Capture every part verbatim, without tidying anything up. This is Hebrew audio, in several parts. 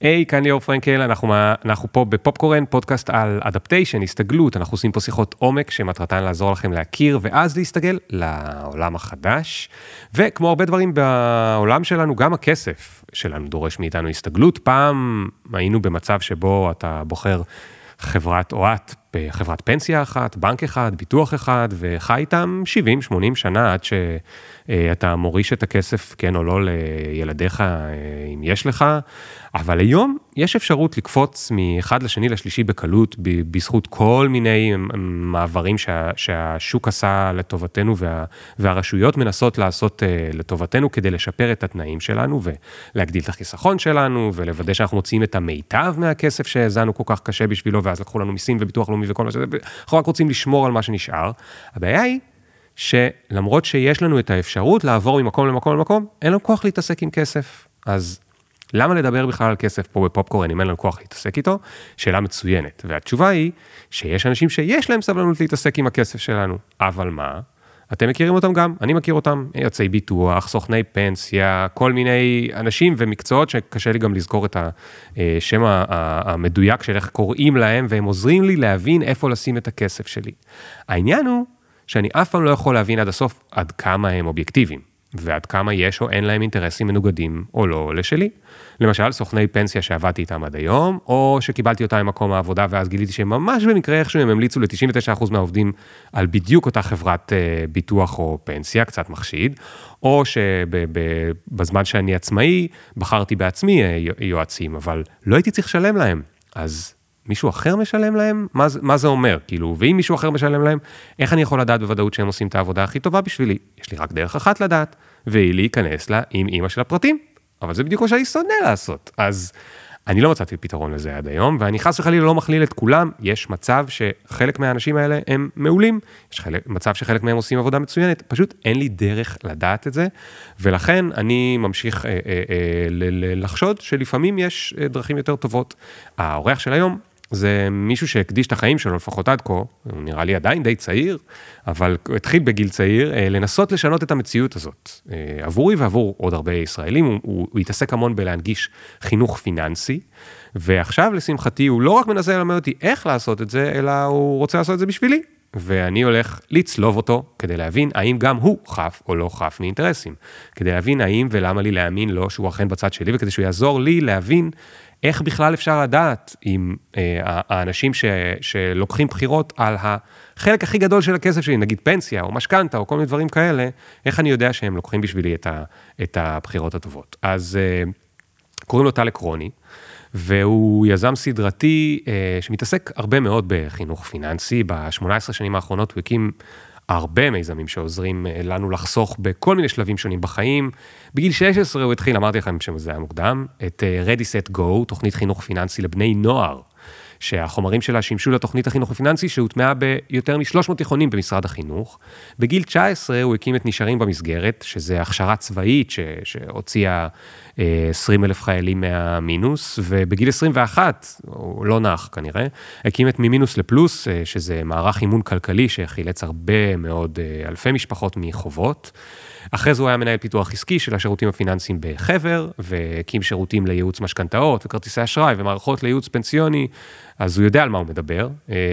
היי, כאן ליאור פרנקל, אנחנו, אנחנו פה בפופקורן, פודקאסט על אדפטיישן, הסתגלות, אנחנו עושים פה שיחות עומק שמטרתן לעזור לכם להכיר ואז להסתגל לעולם החדש, וכמו הרבה דברים בעולם שלנו, גם הכסף שלנו דורש מאיתנו הסתגלות. פעם היינו במצב שבו אתה בוחר חברת או את בחברת פנסיה אחת, בנק אחד, ביטוח אחד, וחי איתם שבעים שמונים שנה עד שאתה מוריש את הכסף, כן או לא, לילדיך, אם יש לך. אבל היום יש אפשרות לקפוץ מאחד לשני לשלישי בקלות, בזכות כל מיני מעברים שה, שהשוק עשה לטובתנו, וה, והרשויות מנסות לעשות לטובתנו כדי לשפר את התנאים שלנו, ולהגדיל את החיסכון שלנו, ולוודא שאנחנו מוציאים את המיטב מהכסף שהזנו כל כך קשה בשבילו, ואז לקחו לנו מיסים וביטוח לאומי וכל מה שזה, אנחנו רק רוצים לשמור על מה שנשאר. הבעיה היא שלמרות שיש לנו את האפשרות לעבור ממקום למקום למקום, אין לנו כוח להתעסק עם כסף. אז למה לדבר בכלל על כסף פה בפופקורן אם אין לנו כוח להתעסק איתו? שאלה מצוינת. והתשובה היא שיש אנשים שיש להם סבלנות להתעסק עם הכסף שלנו. אבל מה? אתם מכירים אותם גם? אני מכיר אותם. יוצאי ביטוח, סוכני פנסיה, כל מיני אנשים ומקצועות שקשה לי גם לזכור את השם המדויק של איך קוראים להם, והם עוזרים לי להבין איפה לשים את הכסף שלי. העניין הוא שאני אף פעם לא יכול להבין עד הסוף עד כמה הם אובייקטיביים. ועד כמה יש או אין להם אינטרסים מנוגדים או לא לשלי. למשל, סוכני פנסיה שעבדתי איתם עד היום, או שקיבלתי אותם ממקום העבודה, ואז גיליתי שממש במקרה איכשהו הם המליצו ל-תשעים ותשעה אחוז מהעובדים על בדיוק אותה חברת ביטוח או פנסיה, קצת מחשיד, או שבזמן שאני עצמאי, בחרתי בעצמי יועצים, אבל לא הייתי צריך לשלם להם. אז מישהו אחר משלם להם? מה, מה זה אומר? כאילו, ואם מישהו אחר משלם להם, איך אני יכול לדעת בוודאות שהם עושים את העבודה הכי טובה בשבילי? יש לי רק דרך אחת לדעת, והיא להיכנס לה עם אמא של הפרטים. אבל זה בדיוק מה שאני שונא לעשות. אז אני לא מצאתי פתרון לזה עד היום, ואני חס וחלילה לא מכליל את כולם. יש מצב שחלק מהאנשים האלה הם מעולים. יש חלק, מצב שחלק מהם עושים עבודה מצוינת. פשוט אין לי דרך לדעת את זה, ולכן אני ממשיך אה, אה, אה, לחשוד שלפעמים יש דרכים יותר טובות. האורח של היום זה מישהו שהקדיש את החיים שלו, לפחות עד כה, הוא נראה לי עדיין די צעיר, אבל הוא התחיל בגיל צעיר, לנסות לשנות את המציאות הזאת. עבורי ועבור עוד הרבה ישראלים, הוא, הוא, הוא התעסק המון בלהנגיש חינוך פיננסי, ועכשיו לשמחתי הוא לא רק מנסה ללמד אותי איך לעשות את זה, אלא הוא רוצה לעשות את זה בשבילי, ואני הולך לצלוב אותו, כדי להבין האם גם הוא חף או לא חף מאינטרסים, כדי להבין האם ולמה לי להאמין לו שהוא אכן בצד שלי, וכדי שהוא יעזור לי להבין איך בכלל אפשר לדעת עם אה, האנשים ש, שלוקחים בחירות על החלק הכי גדול של הכסף שלי, נגיד פנסיה או משכנתה או כל מיני דברים כאלה, איך אני יודע שהם לוקחים בשבילי את, ה, את הבחירות הטובות. אז אה, קוראים לו טל עקרוני, והוא יזם סדרתי אה, שמתעסק הרבה מאוד בחינוך פיננסי. ב-שמונה עשרה שנים האחרונות הוא הקים הרבה מיזמים שעוזרים לנו לחסוך בכל מיני שלבים שונים בחיים. בגיל שש עשרה הוא התחיל, אמרתי לכם שזה היה מוקדם, את Ready Set Go, תוכנית חינוך פיננסי לבני נוער, שהחומרים שלה שימשו לתוכנית החינוך הפיננסי, שהוטמעה ביותר מ-שלוש מאות תיכונים במשרד החינוך. בגיל תשע עשרה הוא הקים את נשארים במסגרת, שזה הכשרה צבאית ש- שהוציאה עשרים אלף חיילים מהמינוס, ובגיל עשרים ואחת, הוא לא נח כנראה, הקים את ממינוס לפלוס, שזה מערך אימון כלכלי שחילץ הרבה מאוד אלפי משפחות מחובות. אחרי זה הוא היה מנהל פיתוח עסקי של השירותים הפיננסיים בחבר, והקים שירותים לייעוץ משכנתאות וכרטיסי אשראי ומערכות לייעוץ פנסיוני, אז הוא יודע על מה הוא מדבר,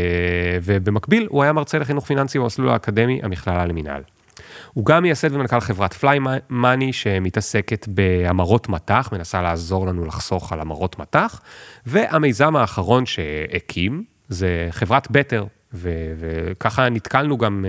ובמקביל הוא היה מרצה לחינוך פיננסי במסלול האקדמי, המכללה למינהל. הוא גם מייסד ומנכ"ל חברת פליי מאני, שמתעסקת בהמרות מתח, מנסה לעזור לנו לחסוך על המרות מתח, והמיזם האחרון שהקים, זה חברת בטר, וככה נתקלנו גם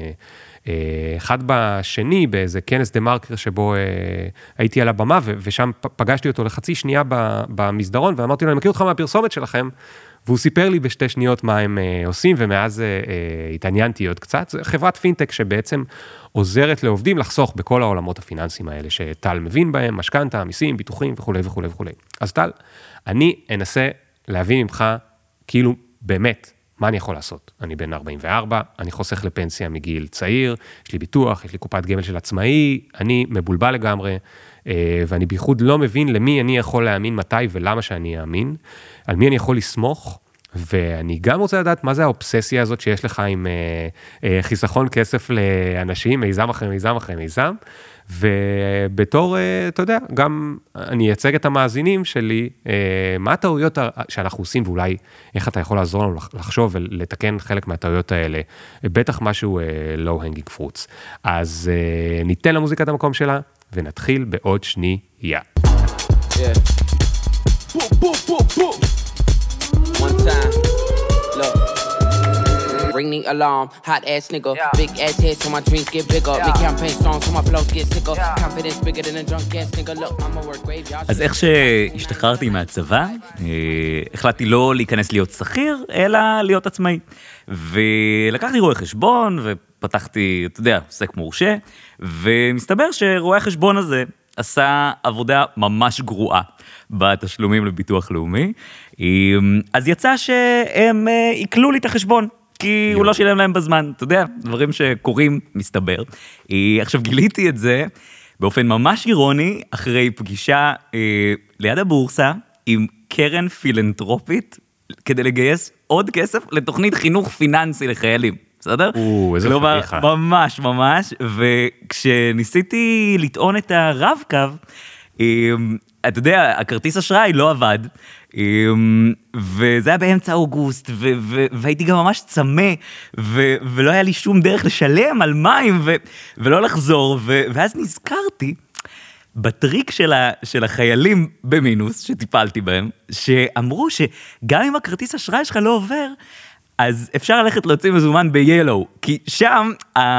אחד בשני, באיזה כנס דה מרקר, שבו הייתי על הבמה, ושם פגשתי אותו לחצי שנייה במסדרון, ואמרתי לו, אני מכיר אותך מהפרסומת שלכם, והוא סיפר לי בשתי שניות מה הם עושים, ומאז התעניינתי עוד קצת. זו חברת פינטק שבעצם עוזרת לעובדים לחסוך בכל העולמות הפיננסיים האלה, שטל מבין בהם, משכנתה, מיסים, ביטוחים וכו' וכו' וכו'. אז טל, אני אנסה להבין ממך, כאילו באמת, מה אני יכול לעשות? אני בן ארבעים וארבע, אני חוסך לפנסיה מגיל צעיר, יש לי ביטוח, יש לי קופת גמל של עצמאי, אני מבולבל לגמרי, ואני בייחוד לא מבין למי אני יכול להאמין מתי ולמה שאני אאמין, על מי אני יכול לסמוך, ואני גם רוצה לדעת מה זה האובססיה הזאת שיש לך עם חיסכון כסף לאנשים, מיזם אחרי מיזם אחרי מיזם, ובתור, אתה יודע, גם אני אייצג את המאזינים שלי, מה הטעויות שאנחנו עושים, ואולי איך אתה יכול לעזור לנו לחשוב ולתקן חלק מהטעויות האלה, בטח משהו low hanging fruits. אז ניתן למוזיקה את המקום שלה, ונתחיל בעוד שנייה. Yeah. Boom, boom, boom, boom. One time, look. Ring the alarm, hot ass nigga. Yeah. Big ass head so my dreams get bigger. Yeah. Make campaign songs so my flows get sicker. Yeah. Confidence bigger than a drunk ass nigga. Look, I'ma work graveyard. אז איך שהשתחררתי מהצבא, החלטתי לא להיכנס להיות שכיר, אלא להיות עצמאי. ולקחתי רואה חשבון, ופתחתי, אתה יודע, עוסק מורשה, ומסתבר שרואה החשבון הזה עשה עבודה ממש גרועה בתשלומים לביטוח לאומי, אז יצא שהם עיקלו לי את החשבון, כי הוא לא שילם להם בזמן, אתה יודע, דברים שקורים, מסתבר. עכשיו גיליתי את זה באופן ממש אירוני, אחרי פגישה אה, ליד הבורסה, עם קרן פילנטרופית, כדי לגייס עוד כסף לתוכנית חינוך פיננסי לחיילים. בסדר? או, איזה פריחה. ממש, ממש, וכשניסיתי לטעון את הרב-קו, אתה יודע, הכרטיס אשראי לא עבד, וזה היה באמצע אוגוסט, והייתי גם ממש צמא, ולא היה לי שום דרך לשלם על מים, ולא לחזור, ואז נזכרתי, בטריק של החיילים במינוס, שטיפלתי בהם, שאמרו שגם אם הכרטיס אשראי שלך לא עובר, אז אפשר ללכת להוציא מזומן ב-Yellow, כי שם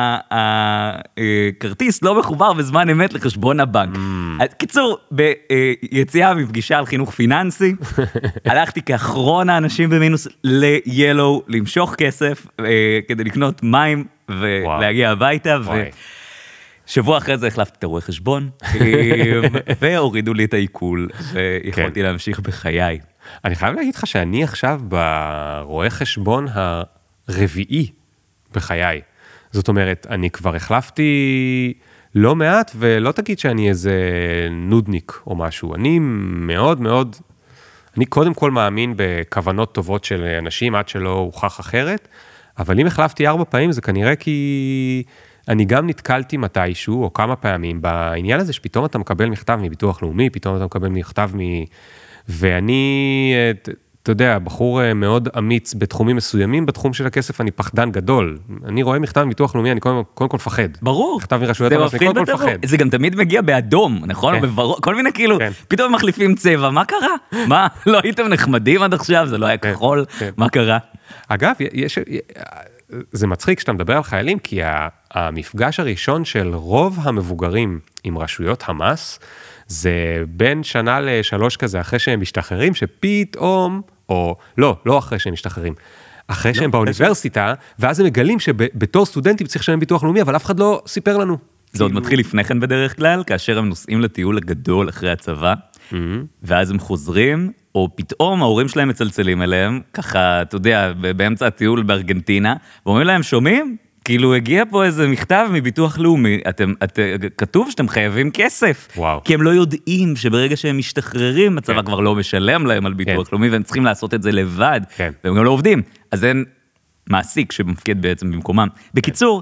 הכרטיס לא מחובר בזמן אמת לחשבון הבנק. קיצור, ביציאה מפגישה על חינוך פיננסי, הלכתי כאחרון האנשים במינוס ל-Yellow, למשוך כסף, כדי לקנות מים ולהגיע הביתה, ושבוע אחרי זה החלפתי את הרואה חשבון, והורידו לי את העיכול, ויכולתי להמשיך בחיי. אני חייב להגיד לך שאני עכשיו ברואה חשבון הרביעי בחיי. זאת אומרת, אני כבר החלפתי לא מעט, ולא תגיד שאני איזה נודניק או משהו. אני מאוד מאוד, אני קודם כל מאמין בכוונות טובות של אנשים, עד שלא הוכח אחרת, אבל אם החלפתי ארבע פעמים, זה כנראה כי אני גם נתקלתי מתישהו, או כמה פעמים, בעניין הזה שפתאום אתה מקבל מכתב מביטוח לאומי, פתאום אתה מקבל מכתב מ... ואני, אתה יודע, בחור מאוד אמיץ בתחומים מסוימים, בתחום של הכסף אני פחדן גדול. אני רואה מכתב מביטוח לאומי, אני קודם, קודם כל מפחד. ברור. מכתב מרשויות המס, אני קודם כל מפחד. זה גם תמיד מגיע באדום, נכון? כן. בברור, כל מיני כאילו, כן. פתאום מחליפים צבע, מה קרה? מה, לא הייתם נחמדים עד עכשיו? זה לא היה כן. כחול? כן. מה קרה? אגב, יש, זה מצחיק שאתה מדבר על חיילים, כי המפגש הראשון של רוב המבוגרים עם רשויות המס, זה בין שנה לשלוש כזה, אחרי שהם משתחררים, שפתאום, או לא, לא אחרי שהם משתחררים, אחרי שהם באוניברסיטה, ואז הם מגלים שבתור סטודנטים צריך לשלם ביטוח לאומי, אבל אף אחד לא סיפר לנו. זה עוד מתחיל לפני כן בדרך כלל, כאשר הם נוסעים לטיול הגדול אחרי הצבא, ואז הם חוזרים, או פתאום ההורים שלהם מצלצלים אליהם, ככה, אתה יודע, באמצע הטיול בארגנטינה, ואומרים להם, שומעים? כאילו הגיע פה איזה מכתב מביטוח לאומי, אתם, את, כתוב שאתם חייבים כסף, וואו. כי הם לא יודעים שברגע שהם משתחררים, הצבא כן. כבר לא משלם להם על ביטוח כן. לאומי, והם צריכים לעשות את זה לבד, כן. והם גם לא עובדים, אז אין מעסיק שמפקיד בעצם במקומם. בקיצור,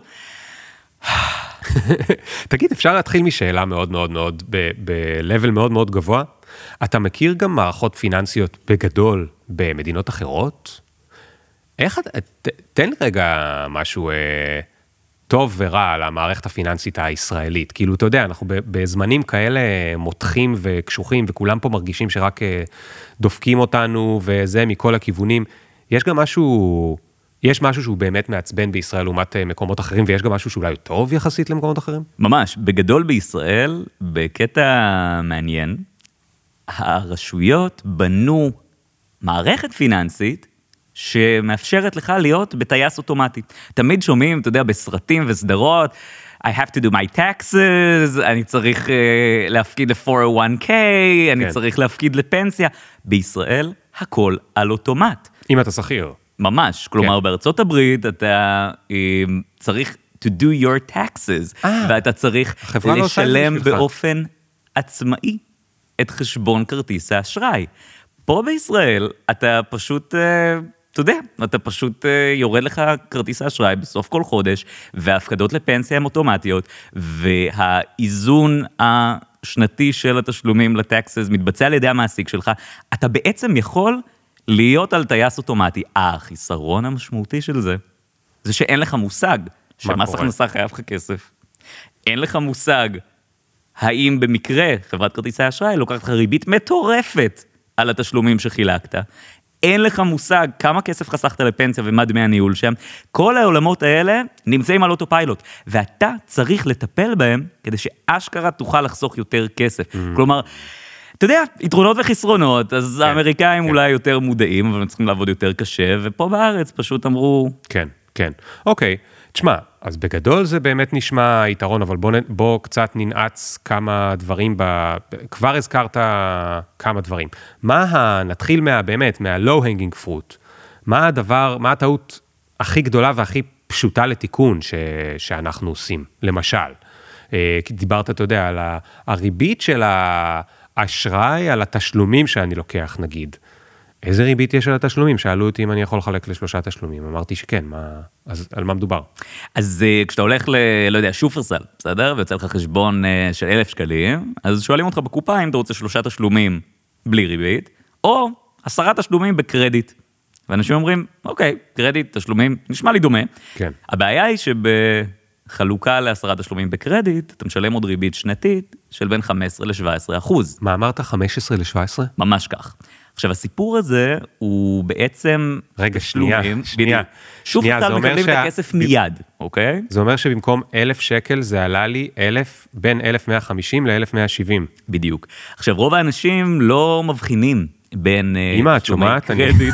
תגיד, אפשר להתחיל משאלה מאוד מאוד מאוד, ב-level מאוד מאוד גבוה, אתה מכיר גם מערכות פיננסיות בגדול במדינות אחרות? איך, ת, תן רגע משהו אה, טוב ורע על המערכת הפיננסית הישראלית. כאילו, אתה יודע, אנחנו בזמנים כאלה מותחים וקשוחים, וכולם פה מרגישים שרק אה, דופקים אותנו, וזה מכל הכיוונים. יש גם משהו, יש משהו שהוא באמת מעצבן בישראל לעומת מקומות אחרים, ויש גם משהו שאולי טוב יחסית למקומות אחרים? ממש, בגדול בישראל, בקטע מעניין, הרשויות בנו מערכת פיננסית, שמאפשרת לך להיות בטייס אוטומטי. תמיד שומעים, אתה יודע, בסרטים וסדרות, I have to do my taxes, אני צריך uh, להפקיד ל-פור או וואן קיי, אני כן. צריך להפקיד לפנסיה. בישראל, הכל על אוטומט. אם אתה שכיר. ממש, כלומר, כן. בארצות הברית, אתה um, צריך to do your taxes, 아, ואתה צריך לשלם לא באופן עצמאי את חשבון כרטיס האשראי. פה בישראל, אתה פשוט... Uh, אתה יודע, אתה פשוט יורד לך כרטיס האשראי בסוף כל חודש, וההפקדות לפנסיה הן אוטומטיות, והאיזון השנתי של התשלומים לטקסס מתבצע על ידי המעסיק שלך, אתה בעצם יכול להיות על טייס אוטומטי. החיסרון המשמעותי של זה, זה שאין לך מושג שמס הכנסה חייב לך כסף. אין לך מושג האם במקרה חברת כרטיסי האשראי לוקחת לך ריבית מטורפת על התשלומים שחילקת. אין לך מושג כמה כסף חסכת לפנסיה ומה דמי הניהול שם. כל העולמות האלה נמצאים על אוטופיילוט, ואתה צריך לטפל בהם כדי שאשכרה תוכל לחסוך יותר כסף. Mm-hmm. כלומר, אתה יודע, יתרונות וחסרונות, אז כן, האמריקאים כן. אולי יותר מודעים, אבל הם צריכים לעבוד יותר קשה, ופה בארץ פשוט אמרו... כן, כן. אוקיי, תשמע, אז בגדול זה באמת נשמע יתרון, אבל בוא, בוא קצת ננעץ כמה דברים, ב... כבר הזכרת כמה דברים. מה ה... נתחיל מה, באמת, מה-low-hanging fruit. מה הדבר, מה הטעות הכי גדולה והכי פשוטה לתיקון ש... שאנחנו עושים, למשל. דיברת, אתה יודע, על הריבית של האשראי, על התשלומים שאני לוקח, נגיד. איזה ריבית יש על התשלומים? שאלו אותי אם אני יכול לחלק לשלושה תשלומים. אמרתי שכן, מה, אז על מה מדובר? אז כשאתה הולך ל, לא יודע, שופרסל, בסדר? ויוצא לך חשבון של אלף שקלים, אז שואלים אותך בקופה אם אתה רוצה שלושה תשלומים בלי ריבית, או עשרה תשלומים בקרדיט. ואנשים אומרים, אוקיי, קרדיט, תשלומים, נשמע לי דומה. כן. הבעיה היא שבחלוקה לעשרה תשלומים בקרדיט, אתה משלם עוד ריבית שנתית של בין חמש עשרה ל-שבע עשרה אחוז. מה אמרת? חמש עשרה ל-שבע עשרה? ממש כך. עכשיו, הסיפור הזה הוא בעצם... רגע, שנייה, שנייה. שופרסל מקבלים את הכסף מיד, אוקיי? זה אומר שבמקום אלף שקל זה עלה לי אלף, בין אלף מאה וחמישים ל-אלף מאה שבעים. בדיוק. עכשיו, רוב האנשים לא מבחינים בין... אמא, את שומעת?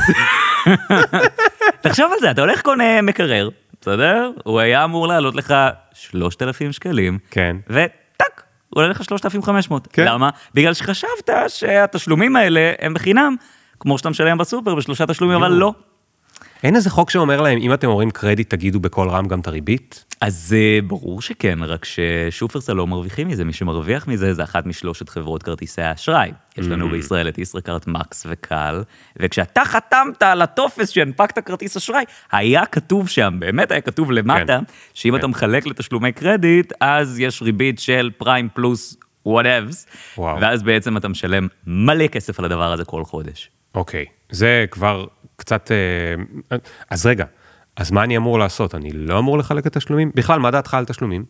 תחשוב על זה, אתה הולך קונה מקרר, בסדר? הוא היה אמור לעלות לך שלושת אלפים שקלים. כן. וטק, הוא עולה לך שלושת אלפים וחמש מאות. כן. למה? בגלל שחשבת שהתשלומים האלה הם בחינם, כמו שאתה משלם בסופר בשלושה תשלומים, אבל לא. אין איזה חוק שאומר להם, אם אתם אומרים קרדיט, תגידו בכל רם גם את הריבית? אז ברור שכן, רק ששופרסל לא מרוויחים מזה, מי שמרוויח מזה זה אחת משלושת חברות כרטיסי האשראי. יש לנו בישראל את ישראכרט, מקס וקל, וכשאתה חתמת על הטופס שהנפקת כרטיס אשראי, היה כתוב שם, באמת היה כתוב למטה, שאם אתה מחלק לתשלומי קרדיט, אז יש ריבית של פריים פלוס whatevs, ואז בעצם אתה משלם מלא כסף על הדבר הזה כל חודש. אוקיי, זה כבר קצת... אז רגע, אז מה אני אמור לעשות? אני לא אמור לחלק את תשלומים? בכלל, מה דעתך על תשלומים?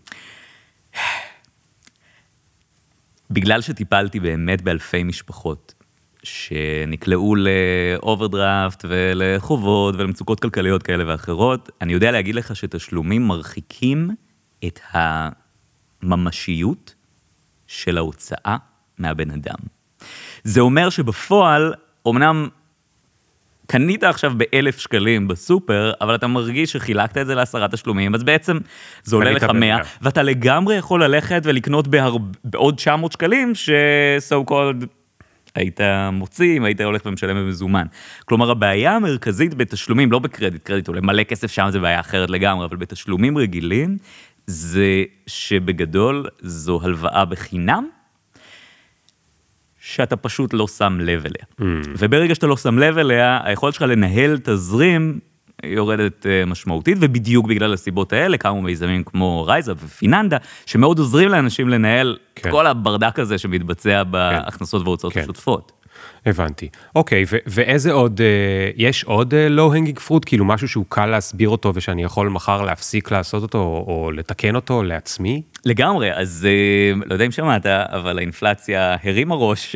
בגלל שטיפלתי באמת באלפי משפחות, שנקלעו לאוברדרפט ולחובות ולמצוקות כלכליות כאלה ואחרות, אני יודע להגיד לך שתשלומים מרחיקים את הממשיות של ההוצאה מהבן אדם. זה אומר שבפועל, אמנם קנית עכשיו באלף שקלים בסופר, אבל אתה מרגיש שחילקת את זה לעשרה תשלומים, אז בעצם זה עולה לך מאה, ואתה לגמרי יכול ללכת ולקנות בעוד תשע מאות שקלים, ש-so called היית מוציא, אם היית הולך ומשלם במזומן. כלומר, הבעיה המרכזית בתשלומים, לא בקרדיט, קרדיט עולה מלא כסף שם, זה בעיה אחרת לגמרי, אבל בתשלומים רגילים, זה שבגדול זו הלוואה בחינם, שאתה פשוט לא שם לב אליה. Mm. וברגע שאתה לא שם לב אליה, היכולת שלך לנהל תזרים יורדת משמעותית, ובדיוק בגלל הסיבות האלה, קמו מיזמים כמו רייזה ופיננדה, שמאוד עוזרים לאנשים לנהל כן. כל הברדק הזה שמתבצע בהכנסות והוצאות כן. השוטפות. הבנתי. אוקיי, ו- ואיזה עוד, יש עוד low-hanging fruit, כאילו משהו שהוא קל להסביר אותו, ושאני יכול מחר להפסיק לעשות אותו, או, או לתקן אותו לעצמי? לגמרי, אז לא יודע אם שמעת, אבל האינפלציה הרימה ראש,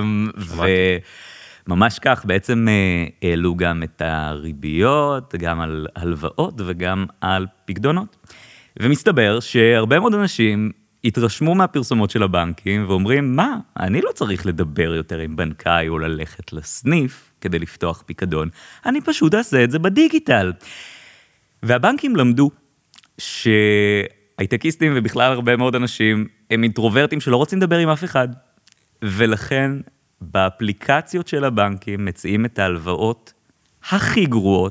וממש כך, בעצם העלו גם את הריביות, גם על הלוואות, וגם על פקדונות. ומסתבר שהרבה מאוד אנשים התרשמו מהפרסומות של הבנקים, ואומרים, מה, אני לא צריך לדבר יותר עם בנקאי, או ללכת לסניף, כדי לפתוח פיקדון, אני פשוט אעשה את זה בדיגיטל. והבנקים למדו, שהייטקיסטים, ובכלל הרבה מאוד אנשים, הם אינטרוברטים שלא רוצים לדבר עם אף אחד, ולכן, באפליקציות של הבנקים, מציעים את ההלוואות הכי גרועות,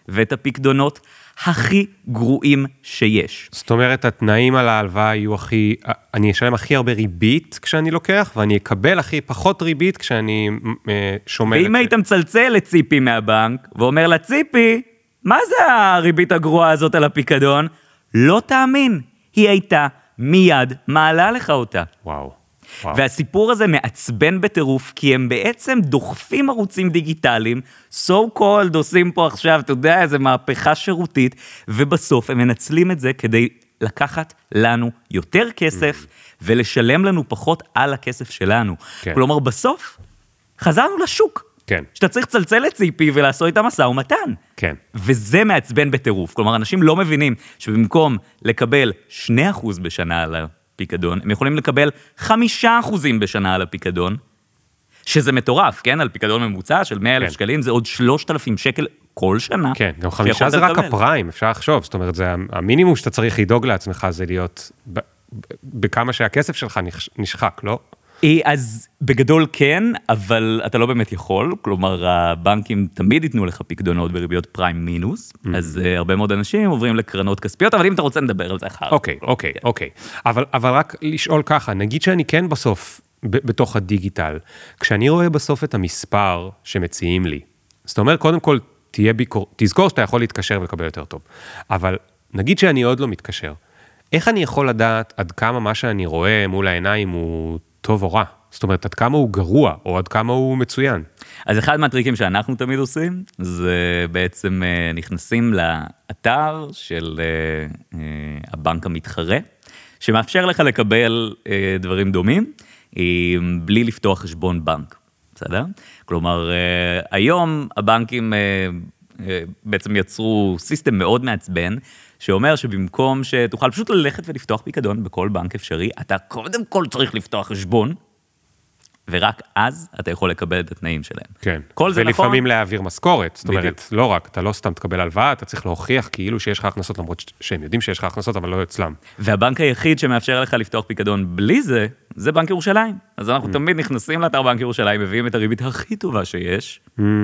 ואת הפקדונות הכי גרועים שיש. זאת אומרת, התנאים על ההלוואה יהיו הכי, אני אשלם הכי הרבה ריבית כשאני לוקח, ואני אקבל הכי פחות ריבית כשאני שומר. ואם היית מצלצל לציפי מהבנק, ואומר לציפי, מה זה הריבית הגרועה הזאת על הפיקדון? לא תאמין, היא הייתה מיד מעלה לך אותה. וואו. וואו. והסיפור הזה מעצבן בטירוף, כי הם בעצם דוחפים ערוצים דיגיטליים, so called עושים פה עכשיו, אתה יודע, איזו מהפכה שירותית, ובסוף הם מנצלים את זה כדי לקחת לנו יותר כסף, ולשלם לנו פחות על הכסף שלנו. כן. כלומר, בסוף חזרנו לשוק. כן. שאתה צריך לצלצל לציפי ולעשות איתה משא ומתן. כן. וזה מעצבן בטירוף. כלומר, אנשים לא מבינים שבמקום לקבל שני אחוז בשנה על הפיקדון, הם יכולים לקבל חמישה אחוזים בשנה על הפיקדון, שזה מטורף, כן? על פיקדון ממוצע של מאה אלף כן. שקלים, זה עוד שלושת אלפים שקל כל שנה. כן, גם חמישה זה רק לקבל. הפריים, אפשר לחשוב. זאת אומרת, זה המינימום שאתה צריך לדאוג לעצמך, זה להיות ב- בכמה שהכסף שלך נשחק, לא? אז בגדול כן, אבל אתה לא באמת יכול, כלומר הבנקים תמיד ייתנו לך פקדונות בריביות פריים מינוס, אז הרבה מאוד אנשים עוברים לקרנות כספיות, אבל אם אתה רוצה נדבר על זה אחר. אוקיי, אוקיי, אוקיי. אבל רק לשאול ככה, נגיד שאני כן בסוף, בתוך הדיגיטל, כשאני רואה בסוף את המספר שמציעים לי, זאת אומרת, קודם כל, תהיה ביקור, תזכור שאתה יכול להתקשר ולקבל יותר טוב, אבל נגיד שאני עוד לא מתקשר, איך אני יכול לדעת עד כמה מה שאני רואה מול העיניים הוא טוב או רע? זאת אומרת, עד כמה הוא גרוע, או עד כמה הוא מצוין. אז אחד מהטריקים שאנחנו תמיד עושים, זה בעצם נכנסים לאתר של הבנק המתחרה, שמאפשר לך לקבל דברים דומים, בלי לפתוח חשבון בנק. בסדר? כלומר, היום הבנקים בעצם יצרו סיסטם מאוד מעצבן, שאומר שבמקום שתוכל פשוט ללכת ולפתוח פיקדון בכל בנק אפשרי, אתה קודם כל צריך לפתוח חשבון, ורק אז אתה יכול לקבל את התנאים שלהם. כן, כל זה נכון. ולפעמים להעביר משכורת, זאת אומרת, לא רק, אתה לא סתם תקבל הלוואה, אתה צריך להוכיח כאילו שיש לך הכנסות, למרות שהם יודעים שיש לך הכנסות, אבל לא אצלם. והבנק היחיד שמאפשר לך לפתוח פיקדון בלי זה, זה בנק ירושלים. אז אנחנו תמיד נכנסים לאתר בנק ירושלים, מביאים את הריבית הכי טובה שיש,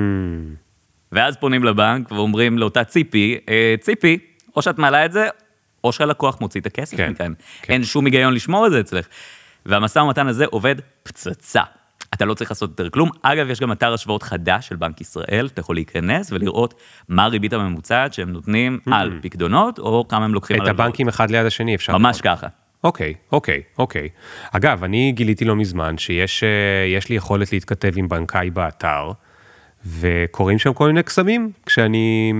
ואז פונים לבנק ואומרים לאותה ציפי, ציפי, או שאת מעלה את זה, או שהלקוח מוציא את הכסף כן, מכאן. כן. אין שום היגיון לשמור את זה אצלך. והמשא ומתן הזה עובד פצצה. אתה לא צריך לעשות יותר כלום. אגב, יש גם אתר השוואות חדש של בנק ישראל, אתה יכול להיכנס ולראות מה הריבית הממוצעת שהם נותנים mm-hmm. על פקדונות, או כמה הם לוקחים את על הלוואות. את הבנקים אחד ליד השני אפשר. ממש ככה. אוקיי, אוקיי, אוקיי. אגב, אני גיליתי לא מזמן שיש יש לי יכולת להתכתב עם בנקאי באתר, וקוראים שם כל מיני קסמים, כשאני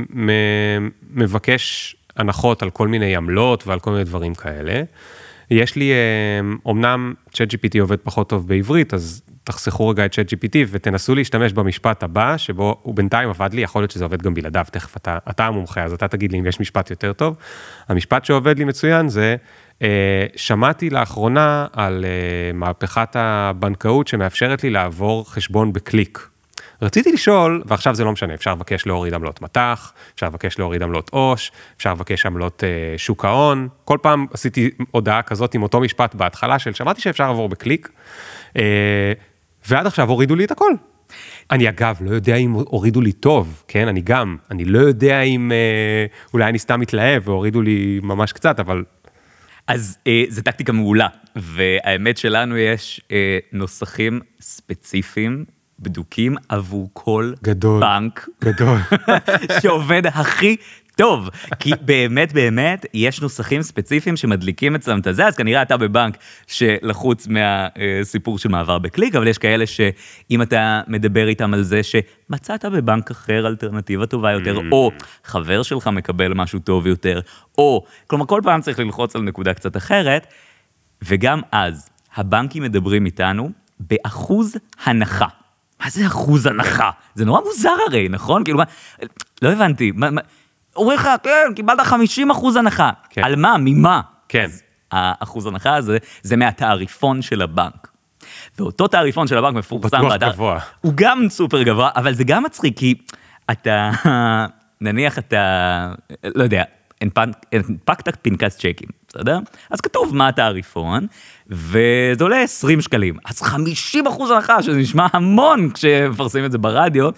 מבקש הנחות על כל מיני עמלות ועל כל מיני דברים כאלה. יש לי, אומנם ChatGPT עובד פחות טוב בעברית, אז תחסכו רגע את ChatGPT ותנסו להשתמש במשפט הבא, שבו הוא בינתיים עבד לי, יכול להיות שזה עובד גם בלעדיו, תכף אתה, אתה המומחה, אז אתה תגיד לי אם יש משפט יותר טוב. המשפט שעובד לי מצוין זה, שמעתי לאחרונה על מהפכת הבנקאות שמאפשרת לי לעבור חשבון בקליק. רציתי לשאול, ועכשיו זה לא משנה, אפשר לבקש להוריד עמלות מתח, אפשר לבקש להוריד עמלות עוש, אפשר לבקש עמלות אה, שוק ההון, כל פעם עשיתי הודעה כזאת עם אותו משפט בהתחלה של שמעתי שאפשר לעבור בקליק, אה, ועד עכשיו הורידו לי את הכל. אני אגב לא יודע אם הורידו לי טוב, כן, אני גם, אני לא יודע אם אה, אולי אני סתם מתלהב והורידו לי ממש קצת, אבל... אז אה, זה טקטיקה מעולה, והאמת שלנו יש אה, נוסחים ספציפיים, בדוקים עבור כל גדול, בנק גדול. שעובד הכי טוב, כי באמת באמת יש נוסחים ספציפיים שמדליקים אצלם את זה, אז כנראה אתה בבנק שלחוץ מהסיפור של מעבר בקליק, אבל יש כאלה שאם אתה מדבר איתם על זה שמצאת בבנק אחר אלטרנטיבה טובה יותר, mm. או חבר שלך מקבל משהו טוב יותר, או, כלומר כל פעם צריך ללחוץ על נקודה קצת אחרת, וגם אז הבנקים מדברים איתנו באחוז הנחה. מה זה אחוז הנחה? זה נורא מוזר הרי, נכון? כאילו, מה, לא הבנתי. מה, מה, אומרים לך, כן, קיבלת חמישים אחוז הנחה. כן. על מה? ממה? כן. אז האחוז הנחה הזה, זה מהתעריפון של הבנק. ואותו תעריפון של הבנק מפורסם. בטוח באתר, גבוה. הוא גם סופר גבוה, אבל זה גם מצחיק, כי אתה, נניח אתה, לא יודע, הנפקת פנקס צ'קים, בסדר? אז כתוב מה התעריפון, וזה עולה עשרים שקלים. אז חמישים אחוז הנחה, שזה נשמע המון כשמפרסמים את זה ברדיו,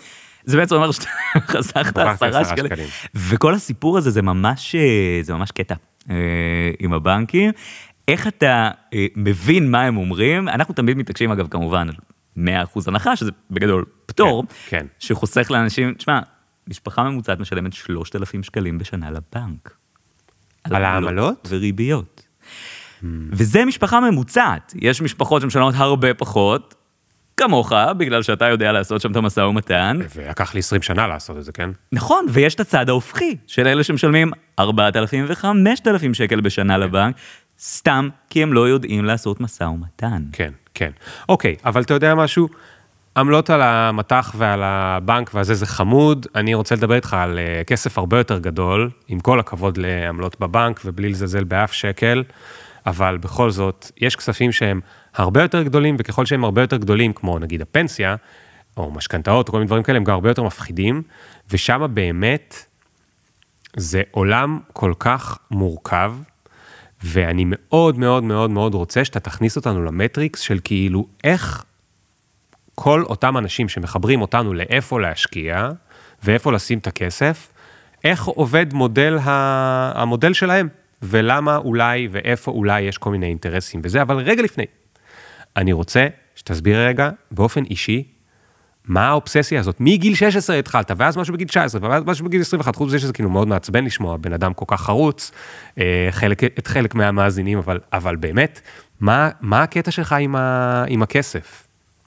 זה בעצם אומר שאתה חסכת עשרה שקלים. וכל הסיפור הזה זה ממש, זה ממש קטע עם הבנקים. איך אתה מבין מה הם אומרים? אנחנו תמיד מתעקשים, אגב, כמובן, מאה אחוז הנחה, שזה בגדול פטור, כן, כן. שחוסך לאנשים, תשמע, משפחה ממוצעת משלמת שלושת אלפים שקלים בשנה לבנק. על העמלות? וריביות. Hmm. וזה משפחה ממוצעת. יש משפחות שמשלמות הרבה פחות, כמוך, בגלל שאתה יודע לעשות שם את המשא ומתן. ולקח לי עשרים שנה לעשות את זה, כן? נכון, ויש את הצד ההופכי, של אלה שמשלמים ארבעת אלפים וחמשת אלפים שקל בשנה לבנק, סתם כי הם לא יודעים לעשות משא ומתן. כן, כן. אוקיי, אבל אתה יודע משהו? עמלות על המתח ועל הבנק והזה זה חמוד, אני רוצה לדבר איתך על כסף הרבה יותר גדול, עם כל הכבוד לעמלות בבנק ובלי לזלזל באף שקל, אבל בכל זאת, יש כספים שהם הרבה יותר גדולים, וככל שהם הרבה יותר גדולים, כמו נגיד הפנסיה, או משכנתאות, או כל מיני דברים כאלה, הם גם הרבה יותר מפחידים, ושם באמת זה עולם כל כך מורכב, ואני מאוד מאוד מאוד מאוד רוצה שאתה תכניס אותנו למטריקס של כאילו איך כל אותם אנשים שמחברים אותנו לאיפה להשקיע, ואיפה לשים את הכסף, איך עובד מודל, המודל שלהם, ולמה אולי ואיפה אולי יש כל מיני אינטרסים וזה, אבל רגע לפני, אני רוצה שתסביר רגע באופן אישי, מה האובססיה הזאת, מגיל שש עשרה התחלת, ואז משהו בגיל תשע עשרה, ואז משהו בגיל עשרים ואחת, חוץ מזה שזה כאילו מאוד מעצבן לשמוע, בן אדם כל כך חרוץ, חלק, את חלק מהמאזינים, אבל, אבל באמת, מה, מה הקטע שלך עם, ה, עם הכסף?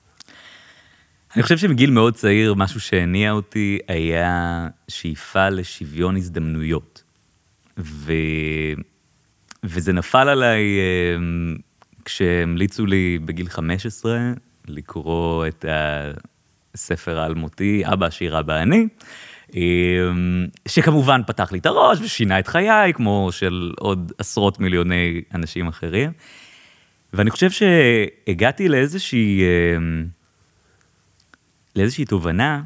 אני חושב שבגיל מאוד צעיר, משהו שהניע אותי היה שאיפה לשוויון הזדמנויות. ו... וזה נפל עליי כשהמליצו לי בגיל חמש עשרה לקרוא את הספר האלמותי, אבא עשיר אבא אני, שכמובן פתח לי את הראש ושינה את חיי, כמו של עוד עשרות מיליוני אנשים אחרים. ואני חושב שהגעתי לאיזושהי... לאיזושהי תובנה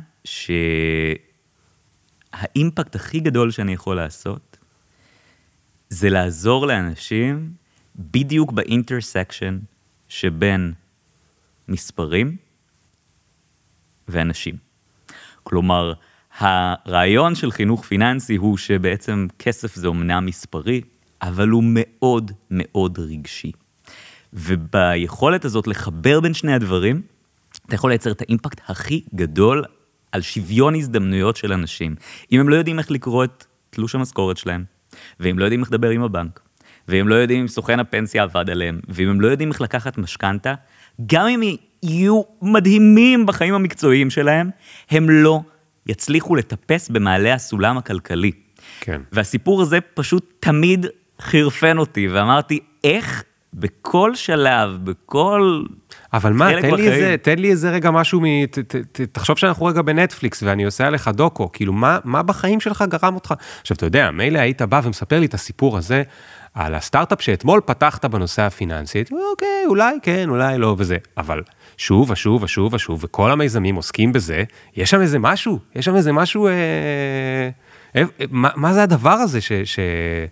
שהאימפקט הכי גדול שאני יכול לעשות, זה לעזור לאנשים בדיוק באינטרסקשן שבין מספרים ואנשים. כלומר, הרעיון של חינוך פיננסי הוא שבעצם כסף זה אומנם מספרי, אבל הוא מאוד מאוד רגשי. וביכולת הזאת לחבר בין שני הדברים, אתה יכול לייצר את האימפקט הכי גדול על שוויון הזדמנויות של אנשים. אם הם לא יודעים איך לקרוא את תלוש המשכורת שלהם, והם לא יודעים איך לדבר עם הבנק, והם לא יודעים אם סוכן הפנסיה עבד עליהם, ואם הם לא יודעים איך לקחת משכנתה, גם אם יהיו מדהימים בחיים המקצועיים שלהם, הם לא יצליחו לטפס במעלה הסולם הכלכלי. כן. והסיפור הזה פשוט תמיד חרפן אותי, ואמרתי, איך בכל שלב, בכל... אבל מה, תן לי, איזה, תן לי איזה רגע משהו, מת, ת, ת, תחשוב שאנחנו רגע בנטפליקס, ואני עושה עליך דוקו, כאילו, מה, מה בחיים שלך גרם אותך? עכשיו, אתה יודע, מילא היית בא ומספר לי את הסיפור הזה, על הסטארט-אפ שאתמול פתחת בנושא הפיננסי, אוקיי, אולי כן, אולי לא, וזה, אבל שוב ושוב ושוב ושוב, וכל המיזמים עוסקים בזה, יש שם איזה משהו, יש שם איזה משהו, אה, אה, מה, מה זה הדבר הזה ש... ש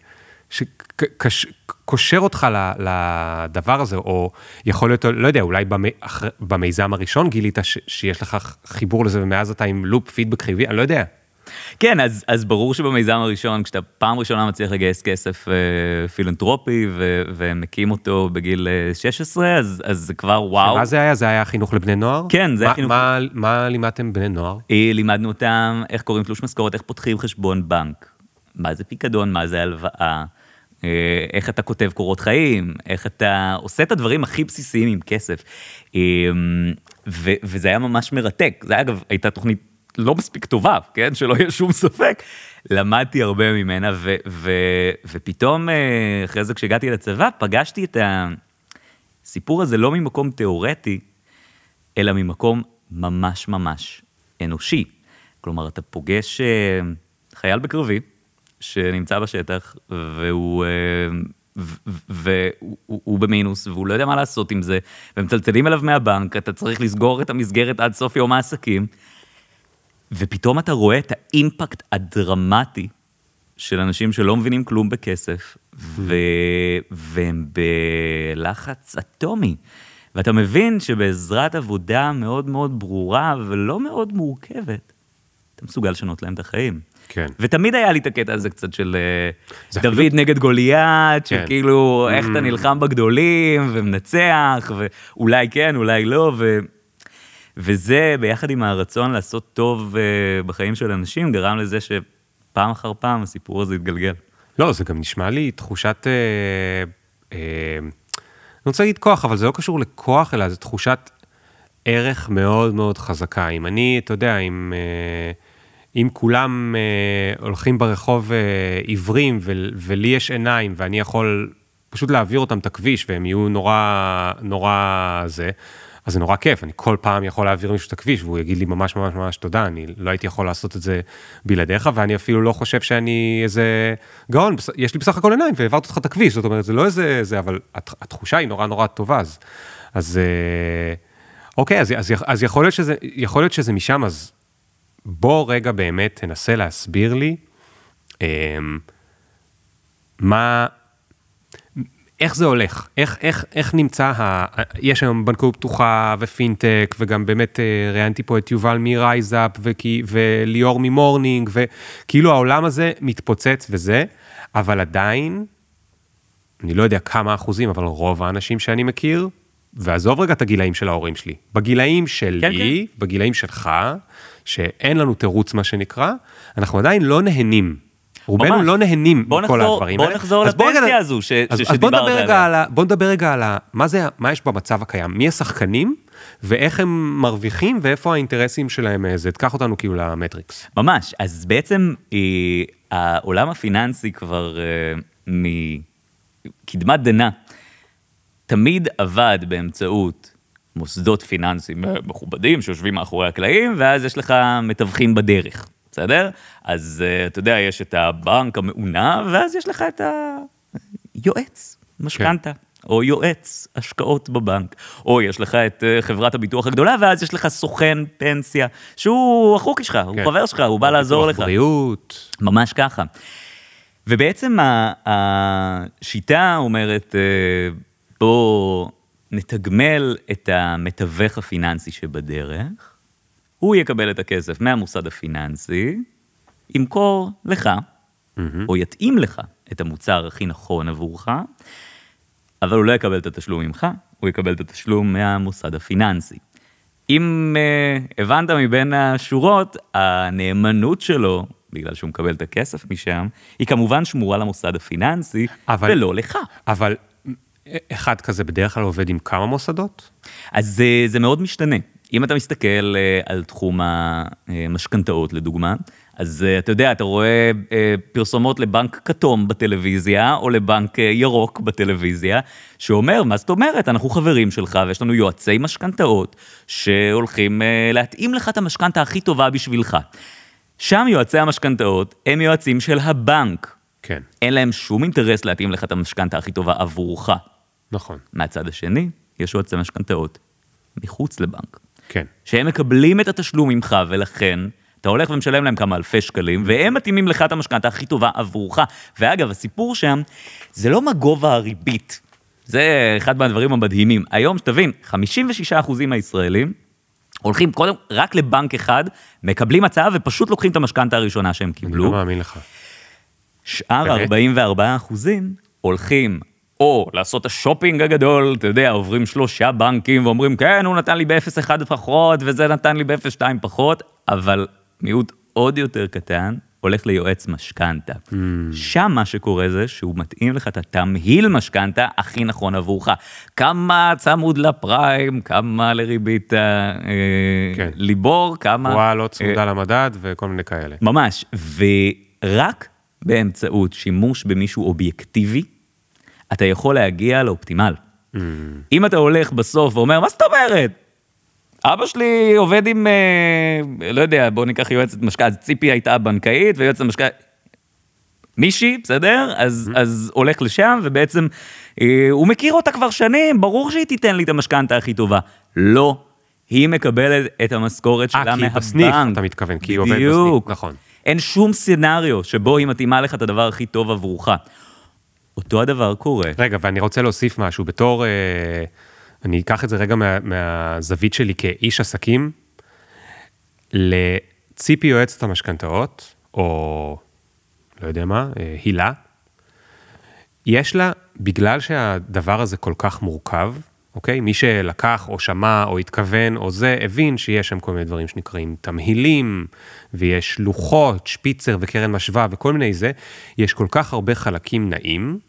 שקושר אותך לדבר הזה, או יכול להיות, לא יודע, אולי במיזם הראשון גילית שיש לך חיבור לזה, ומאז אתה עם לופ פידבק חיובי, אני לא יודע. כן, אז, אז ברור שבמיזם הראשון, כשאתה פעם ראשונה מצליח לגייס כסף אה, פילנטרופי, ו- ומקים אותו בגיל שש עשרה, אז, אז זה כבר וואו. מה זה היה? זה היה חינוך לבני נוער? כן, זה היה חינוך. מה, מה לימדתם בני נוער? אה, לימדנו אותם איך קוראים תלוש משכורת, איך פותחים חשבון בנק, מה זה פיקדון, מה זה הלוואה, איך אתה כותב קורות חיים, איך אתה עושה את הדברים הכי בסיסיים עם כסף. ו- וזה היה ממש מרתק. זה אגב, הייתה תוכנית לא מספיק טובה, כן? שלא יהיה שום ספק. למדתי הרבה ממנה, ו- ו- ופתאום, אחרי זה כשהגעתי לצבא, פגשתי את הסיפור הזה לא ממקום תיאורטי, אלא ממקום ממש ממש אנושי. כלומר, אתה פוגש חייל בקרבי, שנמצא בשטח, והוא, והוא, הוא במינוס, והוא לא יודע מה לעשות עם זה, ומצלצלים אליו מהבנק, אתה צריך לסגור את המסגרת עד סוף יום העסקים, ופתאום אתה רואה את האימפקט הדרמטי של אנשים שלא מבינים כלום בכסף, ו... והם בלחץ אטומי, ואתה מבין שבעזרת עבודה מאוד מאוד ברורה, ולא מאוד מורכבת, אתה מסוגל לשנות להם את החיים. כן. ותמיד היה לי את הקטע הזה קצת של דוד אפילו... נגד גוליית, של כן. כאילו, איך אתה נלחם בגדולים, ומנצח, ואולי כן, אולי לא, ו... וזה, ביחד עם הרצון לעשות טוב בחיים של אנשים, גרם לזה שפעם אחר פעם הסיפור הזה התגלגל. לא, זה גם נשמע לי תחושת, אה, אה, אני רוצה להגיד כוח, אבל זה לא קשור לכוח, אלא זה תחושת ערך מאוד מאוד חזקה. אם אני, אתה יודע, אם, אה, אם כולם אה, הולכים ברחוב אה, עיוורים, ו- ולי יש עיניים, ואני יכול פשוט להעביר אותם את הכביש, והם יהיו נורא, נורא זה, אז זה נורא כיף, אני כל פעם יכול להעביר מישהו את הכביש, והוא יגיד לי ממש ממש ממש תודה, אני לא הייתי יכול לעשות את זה בלעדיך, ואני אפילו לא חושב שאני איזה גאון, יש לי בסך הכל עיניים, והעברת אותך את הכביש, זאת אומרת, זה לא איזה, זה, אבל התחושה היא נורא נורא טובה, אז, אז אוקיי, אז, אז, אז יכול להיות שזה, יכול להיות שזה משם, אז בוא רגע באמת תנסה להסביר לי, מה, איך זה הולך? איך, איך, איך נמצא, ה... יש היום בנקאות פתוחה ופינטק, וגם באמת ראיינתי פה את יובל מרייזאפ, וכי... וליאור ממורנינג, וכאילו העולם הזה מתפוצץ וזה, אבל עדיין, אני לא יודע כמה אחוזים, אבל רוב האנשים שאני מכיר, ועזוב רגע את הגילאים של ההורים שלי, בגילאים שלי, כן, כן. בגילאים שלך, שאין לנו תירוץ מה שנקרא, אנחנו עדיין לא נהנים. רובנו לא נהנים מכל הדברים האלה. בוא נחזור לפנסיה הזו שדיברת עליה. בוא נדבר רגע על מה זה, מה יש במצב הקיים, מי השחקנים, ואיך הם מרוויחים, ואיפה האינטרסים שלהם, זה תקח אותנו כאילו למטריקס. ממש, אז בעצם העולם הפיננסי כבר מקדמת דנה, תמיד עבד באמצעות מוסדות פיננסיים מכובדים, שיושבים מאחורי הקלעים, ואז יש לך מתווכים בדרך. בסדר? אז אתה יודע, יש את הבנק המעונה, ואז יש לך את היועץ משכנתה, או יועץ השקעות בבנק, או יש לך את חברת הביטוח הגדולה, ואז יש לך סוכן פנסיה, שהוא החוקי שלך, הוא חבר שלך, הוא בא לעזור לך. בריאות. ממש ככה. ובעצם השיטה אומרת, בוא נתגמל את המתווך הפיננסי שבדרך, הוא יקבל את הכסף מהמוסד הפיננסי, ימכור לך, mm-hmm. או יתאים לך את המוצר הכי נכון עבורך, אבל הוא לא יקבל את התשלום ממך, הוא יקבל את התשלום מהמוסד הפיננסי. אם uh, הבנת מבין השורות, הנאמנות שלו, בגלל שהוא מקבל את הכסף משם, היא כמובן שמורה למוסד הפיננסי, אבל, ולא לך. אבל אחד כזה בדרך כלל עובד עם כמה מוסדות? אז זה, זה מאוד משתנה. אם אתה מסתכל על תחום המשכנתאות, לדוגמה, אז אתה יודע, אתה רואה פרסומות לבנק כתום בטלוויזיה, או לבנק ירוק בטלוויזיה, שאומר, מה זאת אומרת? אנחנו חברים שלך, ויש לנו יועצי משכנתאות, שהולכים להתאים לך את המשכנתה הכי טובה בשבילך. שם יועצי המשכנתאות הם יועצים של הבנק. כן. אין להם שום אינטרס להתאים לך את המשכנתה הכי טובה עבורך. נכון. מהצד השני, יש יועצי משכנתאות מחוץ לבנק. כן. שהם מקבלים את התשלום ממך, ולכן אתה הולך ומשלם להם כמה אלפי שקלים, והם מתאימים לך את המשכנתה הכי טובה עבורך. ואגב, הסיפור שם, זה לא מה גובה הריבית. זה אחד מהדברים המדהימים. היום, שתבין, חמישים ושישה אחוז מהישראלים הולכים קודם רק לבנק אחד, מקבלים הצעה ופשוט לוקחים את המשכנתה הראשונה שהם קיבלו. אני לא מאמין לך. שאר ארבעים וארבעה אחוזים הולכים או לעשות השופינג הגדול, אתה יודע, עוברים שלושה בנקים ואומרים, כן, הוא נתן לי ב-אפס אחד פחות, וזה נתן לי ב-אפס שתיים פחות, אבל מיעוט עוד יותר קטן, הולך ליועץ משכנתה. Mm. שם מה שקורה זה, שהוא מתאים לך את התמהיל משכנתה הכי נכון עבורך. כמה צמוד לפריים, כמה לריבית אה, כן. ליבור, כמה... וואה, לא צמודה אה, למדד וכל מיני כאלה. ממש, ורק באמצעות שימוש במישהו אובייקטיבי, אתה יכול להגיע לאופטימל. Mm. אם אתה הולך בסוף ואומר, מה זאת אומרת? אבא שלי עובד עם, אה, לא יודע, בוא ניקח יועצת משכנתה, אז ציפי הייתה בנקאית, ויועצת משכנתה, מישהי, בסדר? אז, mm. אז הולך לשם, ובעצם אה, הוא מכיר אותה כבר שנים, ברור שהיא תיתן לי את המשכנתה הכי טובה. לא, היא מקבלת את המשכורת שלה מהבנק. אה, כי בסניף, אתה מתכוון, כי היא עובדת בסניף, נכון. אין שום סצנריו שבו היא מתאימה לך את הדבר הכי טוב עבורך. אותו הדבר קורה. רגע, ואני רוצה להוסיף משהו, בתור, אה, אני אקח את זה רגע מה, מהזווית שלי כאיש עסקים, ציפי יועצת המשכנתאות, או לא יודע מה, הילה, יש לה, בגלל שהדבר הזה כל כך מורכב, אוקיי? מי שלקח או שמע או התכוון או זה, הבין שיש שם כל מיני דברים שנקראים תמהילים, ויש לוחות, שפיצר וקרן משווה וכל מיני זה, יש כל כך הרבה חלקים נעים,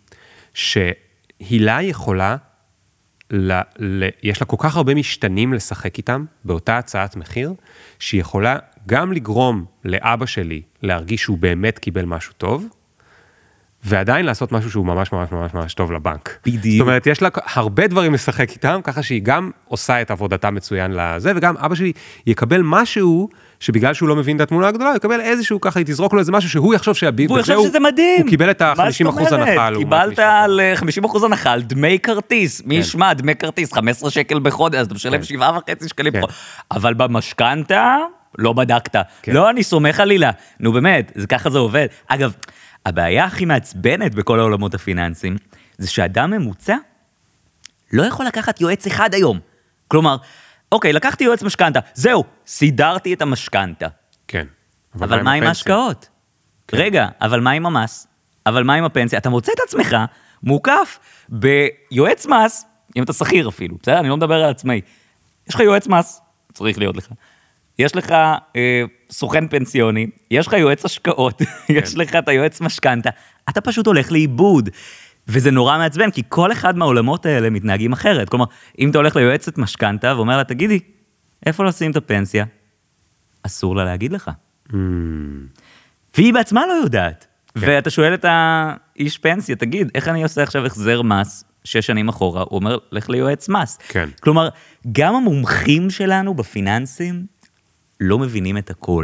שהילה יכולה, ל, ל, יש לה כל כך הרבה משתנים לשחק איתם, באותה הצעת מחיר, שהיא יכולה גם לגרום לאבא שלי להרגיש שהוא באמת קיבל משהו טוב, ועדיין לעשות משהו שהוא ממש ממש ממש ממש טוב לבנק. בדיוק. זאת אומרת, יש לה הרבה דברים לשחק איתם, ככה שהיא גם עושה את עבודתה מצוין לזה, וגם אבא שלי יקבל משהו, שבגלל שהוא לא מבין את התמונה הגדולה, הוא יקבל איזשהו ככה, היא תזרוק לו איזה משהו שהוא יחשוב שהביב, והוא יחשוב שזה מדהים. הוא קיבל את ה-חמישים אחוז הנחה. קיבלת על חמישים אחוז הנחה, על דמי כרטיס. מי ישמע, דמי כרטיס, חמישה עשר שקל בחודש, אז אתה משלם שבעה וחצי שקלים בחודש. אבל במשכנתה, לא בדקת. לא, אני סומך עלילה. נו באמת, זה ככה זה עובד. אגב, הבעיה הכי מעצבנת בכל העולמות הפיננסיים, זה שאדם ממוצע לא יכול לקחת יועץ אחד היום. כלומר, אוקיי, לקחתי יועץ משכנתה, זהו, סידרתי את המשכנתה. כן. אבל, אבל מה עם ההשקעות? כן. רגע, אבל מה עם המס? אבל מה עם הפנסיה? אתה מוצא את עצמך מוקף ביועץ מס, אם אתה שכיר אפילו, בסדר? אני לא מדבר על עצמאי. יש לך יועץ מס, צריך להיות לך. יש לך אה, סוכן פנסיוני, יש לך יועץ השקעות, כן. יש לך את היועץ משכנתה, אתה פשוט הולך לאיבוד. וזה נורא מעצבן, כי כל אחד מהעולמות האלה מתנהגים אחרת. כלומר, אם אתה הולך ליועצת משכנתה ואומר לה, תגידי, איפה לשים את הפנסיה? אסור לה להגיד לך. Mm. והיא בעצמה לא יודעת. כן. ואתה שואל את האיש פנסיה, תגיד, איך אני עושה עכשיו החזר מס שש שנים אחורה? הוא אומר, לך ליועץ מס. כן. כלומר, גם המומחים שלנו בפיננסים לא מבינים את הכל.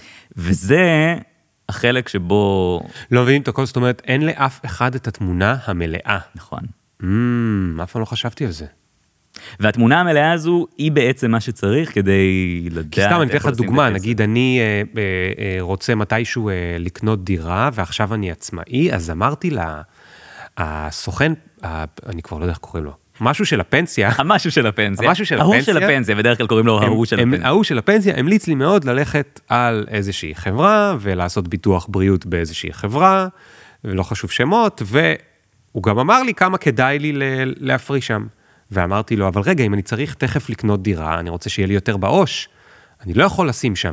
וזה החלק שבו... לא מבינים את הכל, זאת אומרת, אין לאף אחד את התמונה המלאה. נכון. Mm, אף פעם לא חשבתי על זה. והתמונה המלאה הזו היא בעצם מה שצריך כדי לדעת... כי סתם, אני אתן לך דוגמה, נגיד אני אה, אה, רוצה מתישהו אה, לקנות דירה, ועכשיו אני עצמאי, אז אמרתי לה, הסוכן, אה, אני כבר לא יודע איך קוראים לו, משהו של הפנסיה. המשהו של הפנסיה. המשהו של ההוא הפנסיה. של הפנסיה, בדרך כלל קוראים לו ההוא של הפנסיה. ההוא של הפנסיה, המליץ לי מאוד ללכת על איזושהי חברה, ולעשות ביטוח בריאות באיזושהי חברה, ולא חשוב שמות, והוא גם אמר לי כמה כדאי לי להפריש שם. ואמרתי לו, אבל רגע, אם אני צריך תכף לקנות דירה, אני רוצה שיהיה לי יותר בעוש, אני לא יכול לשים שם.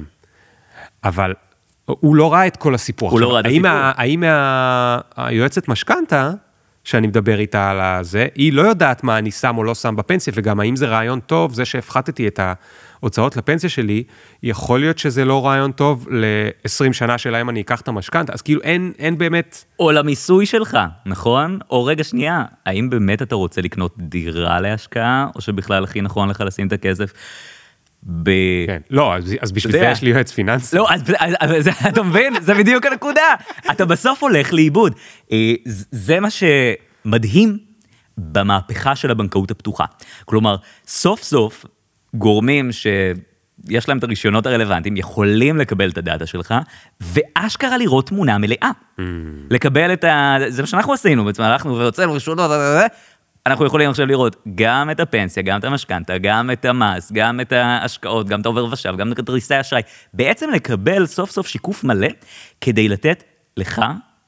אבל הוא לא ראה את כל הסיפור. הוא לא ראה את הסיפור. האם היועצת משכנתה, שאני מדבר איתה על הזה, היא לא יודעת מה אני שם או לא שם בפנסיה, וגם האם זה רעיון טוב, זה שהפחתתי את ההוצאות לפנסיה שלי, יכול להיות שזה לא רעיון טוב ל-עשרים שנה שלהם אני אקח את המשכנתה, אז כאילו אין, אין באמת... או למיסוי שלך, נכון? או רגע שנייה, האם באמת אתה רוצה לקנות דירה להשקעה, או שבכלל הכי נכון לך לשים את הכסף? ב... כן, לא, אז, אז בשביל זה יש לי יועץ פיננסי. לא, אז, אז, אז אתה מבין, זה בדיוק הנקודה. אתה בסוף הולך לאיבוד. זה מה שמדהים במהפכה של הבנקאות הפתוחה. כלומר, סוף סוף גורמים שיש להם את הרישיונות הרלוונטיים, יכולים לקבל את הדאטה שלך, ואשכרה לראות תמונה מלאה. Mm. לקבל את ה... זה מה שאנחנו עשינו, בעצם הלכנו והוצאנו רישיונות, אנחנו יכולים עכשיו לראות גם את הפנסיה, גם את המשכנתה, גם את המס, גם את ההשקעות, גם את העובר ושב, גם את דריסי אשראי. בעצם לקבל סוף סוף שיקוף מלא, כדי לתת לך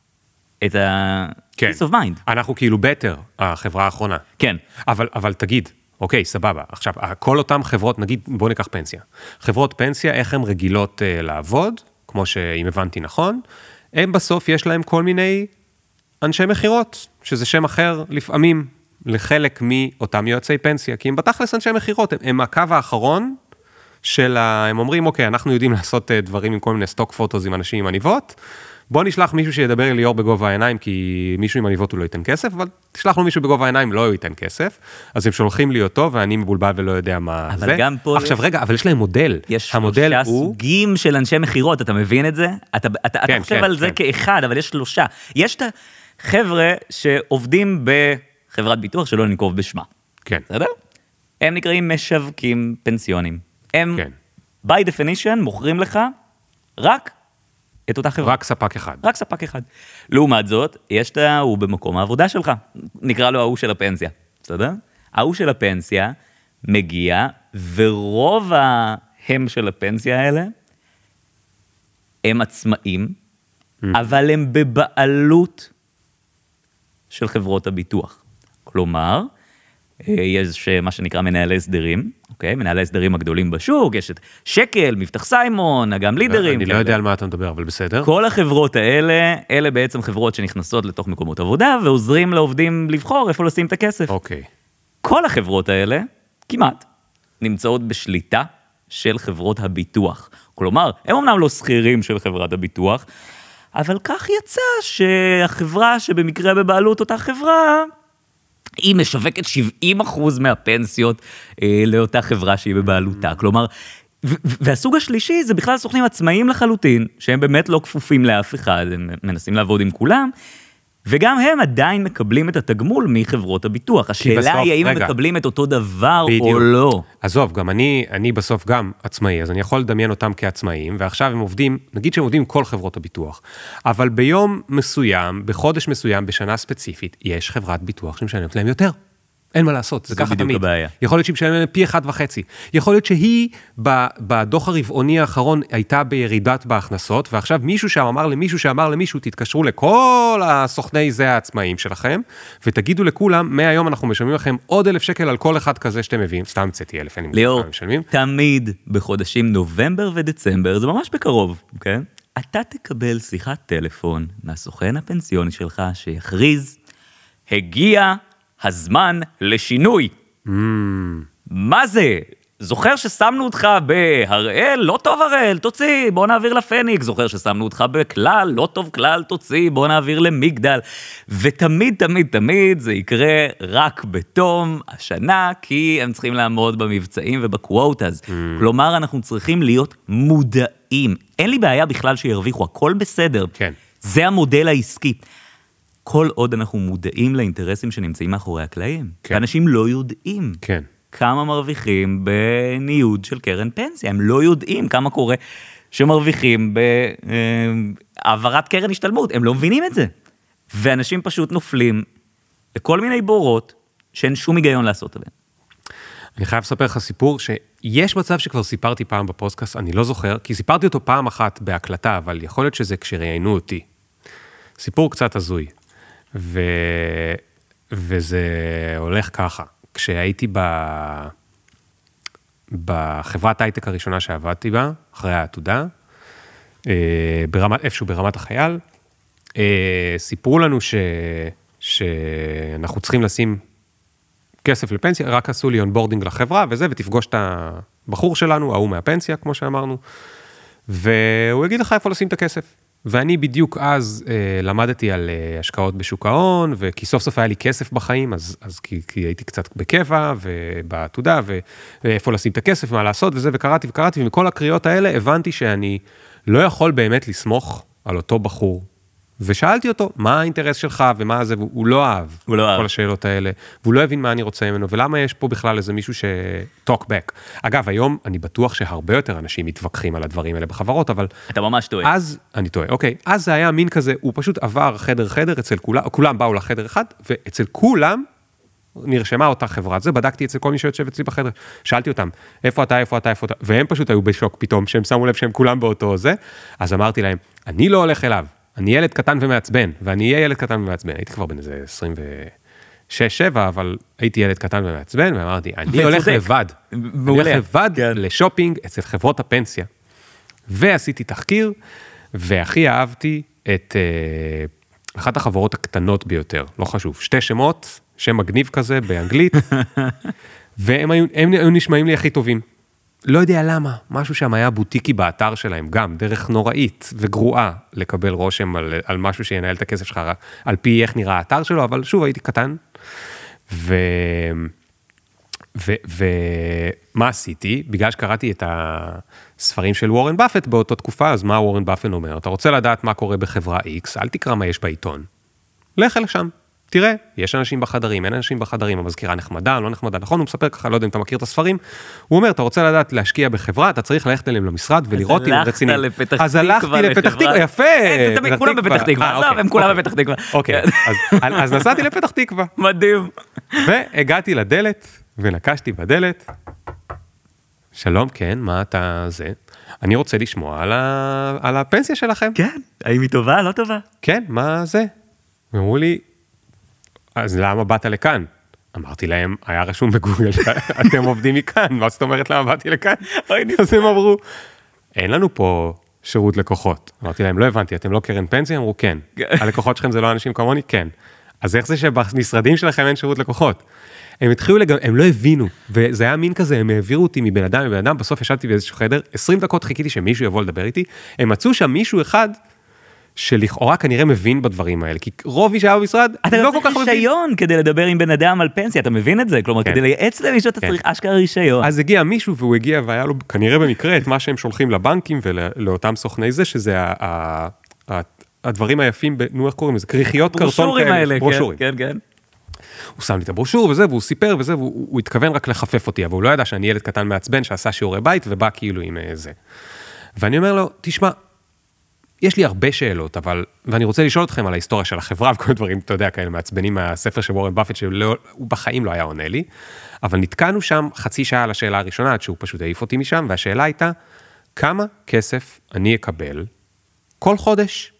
את ה-peace of mind. אנחנו כאילו better, החברה האחרונה. כן. אבל, אבל תגיד, אוקיי, סבבה. עכשיו, כל אותם חברות, נגיד, בוא ניקח פנסיה. חברות פנסיה, איך הן רגילות uh, לעבוד, כמו שאם הבנתי נכון, הם בסוף יש להם כל מיני אנשי מחירות, שזה שם אחר לפעמים, לחלק מאותם יועצי פנסיה, כי הם בתכלס אנשי מחירות, הם, הם הקו האחרון של ה... הם אומרים, אוקיי, אנחנו יודעים לעשות דברים עם כל מיני סטוק פוטוס עם אנשים עם עניבות, בוא נשלח מישהו שידבר לי ליאור בגובה העיניים, כי מישהו עם עניבות הוא לא ייתן כסף, אבל תשלח לו מישהו בגובה העיניים, לא ייתן כסף, אז הם שולחים לי אותו, ואני מבולבל ולא יודע מה אבל זה. גם פה עכשיו, יש... רגע, אבל יש להם מודל. יש שלושה הוא... סוגים של אנשי מחירות, אתה מבין את זה? אתה, אתה, כן, אתה חושב כן, על זה כן. כאחד, אבל יש שלושה. יש את החבר'ה שעובדים בחברת ביטוח שלא ננקוב בשמה. כן. בסדר? הם נקראים משווקים פנסיונים. הם, כן. by definition, מוכרים לך רק את אותה חברה. רק ספק אחד. רק ספק אחד. לעומת זאת, יש את ההוא במקום העבודה שלך. נקרא לו ההוא של הפנסיה. בסדר? ההוא של הפנסיה מגיע, ורוב ההם של הפנסיה האלה, הם עצמאים, אבל הם בבעלות של חברות הביטוח. כלומר, יש מה שנקרא מנהלי הסדרים, אוקיי? מנהלי הסדרים הגדולים בשוק, יש את שקל, מבטח סיימון, אגם לידרים. אני לא יודע על מה אתה מדבר, אבל בסדר. כל החברות האלה, אלה בעצם חברות שנכנסות לתוך מקומות עבודה, ועוזרים לעובדים לבחור איפה לשים את הכסף. אוקיי. כל החברות האלה, כמעט, נמצאות בשליטה של חברות הביטוח. כלומר, הם אמנם לא שכירים של חברת הביטוח, אבל כך יצא שהחברה שבמקרה בבעלות אותה חברה, היא משווקת שבעים אחוז מהפנסיות אה, לאותה חברה שהיא בבעלותה. כלומר, ו- והסוג השלישי זה בכלל סוכנים עצמאיים לחלוטין, שהם באמת לא כפופים לאף אחד, הם מנסים לעבוד עם כולם, וגם הם עדיין מקבלים את התגמול מחברות הביטוח. השאלה בסוף, היא האם רגע, הם מקבלים את אותו דבר בדיוק. או לא. עזוב, גם אני, אני בסוף גם עצמאי, אז אני יכול לדמיין אותם כעצמאיים, ועכשיו הם עובדים, נגיד שהם עובדים כל חברות הביטוח, אבל ביום מסוים, בחודש מסוים, בשנה ספציפית, יש חברת ביטוח שמשלמת להם יותר. אין מה לעשות, זה, זה ככה תמיד. הבעיה. יכול להיות שהיא משלמת להם פי אחד וחצי. יכול להיות שהיא, בדוח הרבעוני האחרון, הייתה בירידת בהכנסות, ועכשיו מישהו שם אמר למישהו שאמר למישהו, תתקשרו לכל הסוכני זה העצמאים שלכם, ותגידו לכולם, מהיום אנחנו משלמים לכם עוד אלף שקל על כל אחד כזה שאתם מביאים. סתם צאתי אלף, אני ליאור, תמיד בחודשים נובמבר ודצמבר, זה ממש בקרוב, כן? אתה תקבל שיחת טלפון מהסוכן הפנסיוני שלך, שיכריז, הגיע הזמן לשינוי. Mm. מה זה? זוכר ששמנו אותך בהראל? לא טוב הראל, תוציא, בוא נעביר לפניק. זוכר ששמנו אותך בכלל? לא טוב כלל, תוציא, בוא נעביר למגדל. ותמיד, תמיד, תמיד זה יקרה רק בתום השנה, כי הם צריכים לעמוד במבצעים ובקוואטאז. Mm. כלומר, אנחנו צריכים להיות מודעים. אין לי בעיה בכלל שירוויחו, הכל בסדר. כן. זה המודל העסקי. כל עוד אנחנו מודעים לאינטרסים שנמצאים מאחורי הקלעים. כן. ואנשים לא יודעים כן. כמה מרוויחים בניוד של קרן פנסיה. הם לא יודעים כמה קורה שמרוויחים בהעברת קרן השתלמות. הם לא מבינים את זה. ואנשים פשוט נופלים לכל מיני בורות שאין שום היגיון לעשות עליהם. אני חייב לספר לך סיפור שיש מצב שכבר סיפרתי פעם בפודקאסט, אני לא זוכר, כי סיפרתי אותו פעם אחת בהקלטה, אבל יכול להיות שזה כשראיינו אותי. סיפור קצת הזוי. ו... וזה הולך ככה. כשהייתי ב... בחברת הייטק הראשונה שעבדתי בה, אחרי העתודה, ברמת, איפשהו ברמת החייל, סיפרו לנו ש... שאנחנו צריכים לשים כסף לפנסיה, רק עשו לי אונבורדינג לחברה וזה, ותפגוש את הבחור שלנו, ההוא מהפנסיה, כמו שאמרנו, והוא יגיד לך איפה לשים את הכסף. ואני בדיוק אז אה, למדתי על אה, השקעות בשוק ההון, וכי סוף סוף היה לי כסף בחיים, אז, אז כי, כי הייתי קצת בקבע ובעתודה, ו, ואיפה לשים את הכסף, מה לעשות וזה, וקראתי וקראתי, ומכל הקריאות האלה הבנתי שאני לא יכול באמת לסמוך על אותו בחור. ושאלתי אותו, מה האינטרס שלך ומה זה, והוא לא אהב, הוא לא אהב. כל השאלות האלה, והוא לא הבין מה אני רוצה ממנו, ולמה יש פה בכלל איזה מישהו ש-talk back. אגב, היום אני בטוח שהרבה יותר אנשים מתווכחים על הדברים האלה בחברות, אבל... אתה ממש טועה. אז, אני טועה, אוקיי, אז זה היה מין כזה, הוא פשוט עבר חדר חדר אצל כולם, כולם באו לחדר אחד, ואצל כולם נרשמה אותה חברה, זה בדקתי אצל כל מי שיושב אצלי בחדר, שאלתי אותם, איפה אתה, איפה אתה, איפה אתה, והם פשוט היו בשוק פתאום, שהם שמו לב שהם כולם באותו זה, אז אמרתי להם, אני לא הולך אליו, אני ילד קטן ומעצבן, ואני אהיה ילד קטן ומעצבן, הייתי כבר בן איזה עשרים ושש שבע, אבל הייתי ילד קטן ומעצבן, ואמרתי, אני הולך לבד, אני הולך לבד לשופינג אצל חברות הפנסיה, ועשיתי תחקיר, והכי אהבתי את אחת החברות הקטנות ביותר, לא חשוב, שתי שמות, שם מגניב כזה באנגלית, והם היו, הם היו נשמעים לי הכי טובים. לא יודע למה, משהו שם היה בוטיקי באתר שלהם, גם דרך נוראית וגרועה לקבל רושם על, על משהו שינהל את הכסף שלך, על פי איך נראה האתר שלו, אבל שוב הייתי קטן, ו... ו... ומה עשיתי? בגלל שקראתי את הספרים של וורן באפט באותה תקופה, אז מה וורן באפט אומר? אתה רוצה לדעת מה קורה בחברה X, אל תקרא מה יש בעיתון. לך אל שם. תראה, יש אנשים בחדרים, אין אנשים בחדרים, המזכירה נחמדה, לא נחמדה, נכון? הוא מספר ככה, לא יודע אם אתה מכיר את הספרים, הוא אומר, אתה רוצה לדעת להשקיע בחברה, אתה צריך ללכת אליהם למשרד ולראות אם הם רציניים. אז הלכתי לפתח תקווה, יפה. כולם בפתח תקווה, עזוב, הם כולם בפתח תקווה. אוקיי, אז נסעתי לפתח תקווה. מדהים. והגעתי לדלת, ונקשתי בדלת, שלום, כן, מה אתה זה? אני רוצה לשמוע על, ה... על הפנסיה שלכם. כן, האם היא טובה, לא טובה? כן, מה זה? אמרו לי, אז למה באת לכאן? אמרתי להם, היה רשום בגוגל שאתם עובדים מכאן, מה זאת אומרת למה באתי לכאן? אז הם אמרו, אין לנו פה שירות לקוחות. אמרתי להם, לא הבנתי, אתם לא קרן פנסיה? אמרו, כן. הלקוחות שלכם זה לא אנשים כמוני? כן. אז איך זה שבמשרדים שלכם אין שירות לקוחות? הם התחילו לגמרי, הם לא הבינו, וזה היה מין כזה, הם העבירו אותי מבן אדם לבן אדם, בסוף ישבתי באיזשהו חדר, עשרים דקות חיכיתי שמישהו יבוא לדבר איתי, הם מצאו שם מישהו אחד, שלכאורה כנראה מבין בדברים האלה, כי רוב מי שהיה במשרד, לא כל כך מבין. אתה צריך רישיון כדי לדבר עם בן אדם על פנסיה, אתה מבין את זה? כלומר, כדי לייעץ למישהו אתה צריך אשכרה רישיון. אז הגיע מישהו, והוא הגיע, והיה לו כנראה במקרה את מה שהם שולחים לבנקים ולאותם סוכני זה, שזה הדברים היפים, נו, איך קוראים לזה? כריכיות קרטון כאלה, ברושורים. כן, כן. הוא שם לי את הברושור וזה, והוא סיפר וזה, והוא התכוון רק לחפף אותי, אבל הוא לא ידע שאני ילד קטן מעצבן, שעשה שיעורי בית, ובא כאילו עם זה. ואני אומר לו, תשמע, יש לי הרבה שאלות, אבל, ואני רוצה לשאול אתכם על ההיסטוריה של החברה, וכל דברים, אתה יודע, כאלה מעצבנים מהספר של וורן באפט, שהוא בחיים לא היה עונה לי, אבל נתקענו שם חצי שעה על השאלה הראשונה, עד שהוא פשוט העיף אותי משם, והשאלה הייתה, כמה כסף אני אקבל כל חודש?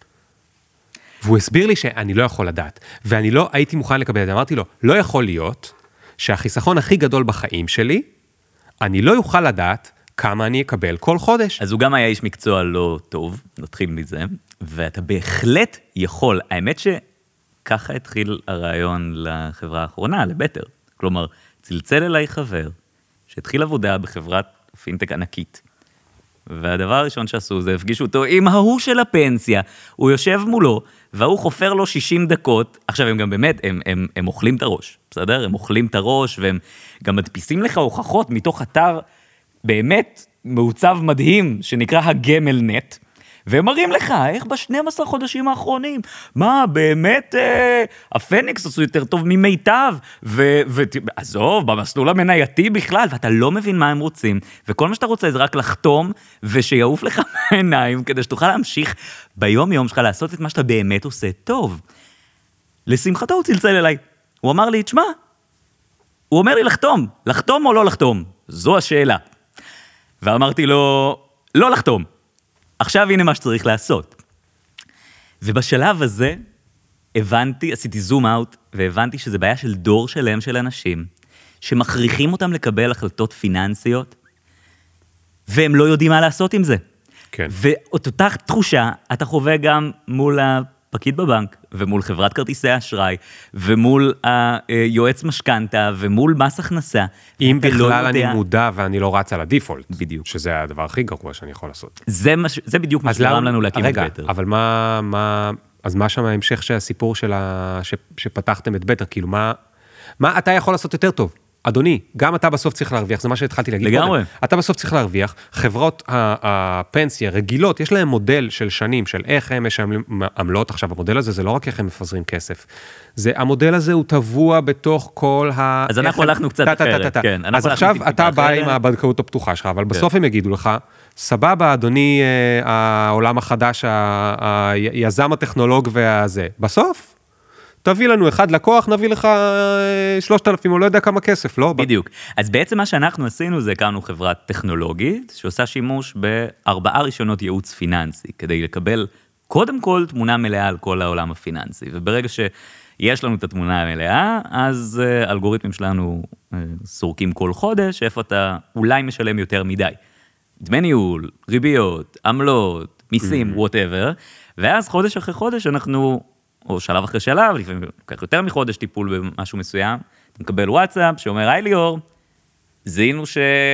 והוא הסביר לי שאני לא יכול לדעת, ואני לא הייתי מוכן לקבל את זה, אמרתי לו, לא יכול להיות שהחיסכון הכי גדול בחיים שלי, אני לא יוכל לדעת כמה אני אקבל כל חודש. אז הוא גם היה איש מקצוע לא טוב, נתחיל מזה, ואתה בהחלט יכול, האמת שככה התחיל הרעיון לחברה האחרונה, לבטר, כלומר, צלצל אליי חבר, שהתחיל עבודה בחברת פינטק ענקית, והדבר הראשון שעשו זה, הפגישו אותו עם ההוא של הפנסיה, הוא יושב מולו, והוא חופר לו שישים דקות, עכשיו הם גם באמת, הם, הם, הם אוכלים את הראש, בסדר? הם אוכלים את הראש, והם גם מדפיסים לך הוכחות מתוך אתר באמת מעוצב מדהים, שנקרא הגמל נט, והם מראים לך, איך ב-שנים עשר חודשים האחרונים, מה, באמת, אה, הפניקס עשו יותר טוב ממיטב, ועזוב, במסלול המנייתי בכלל, ואתה לא מבין מה הם רוצים, וכל מה שאתה רוצה זה רק לחתום, ושיעוף לך מהעיניים, כדי שתוכל להמשיך ביום יום שלך, לעשות את מה שאתה באמת עושה טוב. לשמחתו הוא צלצל אליי, הוא אמר לי, תשמע, הוא אומר לי לחתום, לחתום או לא לחתום? זו השאלה. ואמרתי לו, לא לחתום. עכשיו הנה מה שצריך לעשות. ובשלב הזה, הבנתי, עשיתי זום אאוט, והבנתי שזה בעיה של דור שלם של אנשים, שמכריחים אותם לקבל החלטות פיננסיות, והם לא יודעים מה לעשות עם זה. כן. ואותה תחושה, אתה חווה גם מול הפקיד בבנק, ומול חברת כרטיסי אשראי, ומול היועץ משכנתה, ומול מס הכנסה. אם בכלל לא אני יודע... מודע ואני לא רץ על הדיפולט. בדיוק. שזה הדבר הכי גרוע שאני יכול לעשות. זה, מש... זה בדיוק מה שגרם לנו להקים את בטר. אבל מה, מה, אז מה שם ההמשך שהסיפור של ה... ש... שפתחתם את בטר, כאילו מה, מה אתה יכול לעשות יותר טוב? אדוני, גם אתה בסוף צריך להרוויח, זה מה שהתחלתי להגיד. לגמרי. קודם. אתה בסוף צריך להרוויח, חברות הפנסיה רגילות, יש להם מודל של שנים, של איך הם משלמים עמלות. עכשיו, המודל הזה זה לא רק איך הם מפזרים כסף, זה, המודל הזה הוא טבוע בתוך כל ה... אז אנחנו הלכנו קצת אחרת, כן. אז עכשיו אתה בא עם הבנקאות הפתוחה שלך, אבל בסוף הם יגידו לך, סבבה, אדוני, העולם החדש, היזם הטכנולוג והזה, בסוף, תביא לנו אחד לקוח, נביא לך שלושת אלפים, או לא יודע כמה כסף, לא? בדיוק. אז בעצם מה שאנחנו עשינו, זה הקמנו חברת טכנולוגית, שעושה שימוש בארבעה רישיונות ייעוץ פיננסי, כדי לקבל קודם כל תמונה מלאה על כל העולם הפיננסי, וברגע שיש לנו את התמונה המלאה, אז אלגוריתמים שלנו סורקים כל חודש, איפה אתה אולי משלם יותר מדי. דמי ניהול, ריביות, עמלות, מיסים, whatever, ואז חודש אחרי חודש אנחנו... או שלב אחרי שלב, לפעמים כך יותר מחודש טיפול במשהו מסוים, אתה מקבל וואטסאפ שאומר, היי ליאור, זיהינו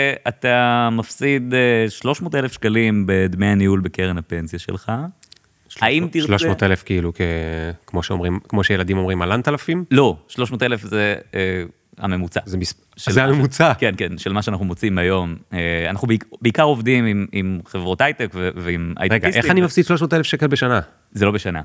שאתה מפסיד שלוש מאות אלף שקלים בדמי הניהול בקרן הפנסיה שלך. האם תרצה... שלוש מאות אלף כאילו, כמו שאומרים, כמו שילדים אומרים, אלנת אלפים? לא, שלוש מאות אלף זה הממוצע. זה הממוצע? כן, כן, של מה שאנחנו מוצאים היום. אנחנו בעיקר עובדים עם, עם חברות הייטק ועם הייטקיסטים. רגע, איך אני מפסיד שלוש מאות אלף שקל בשנה? זה לא בשנה.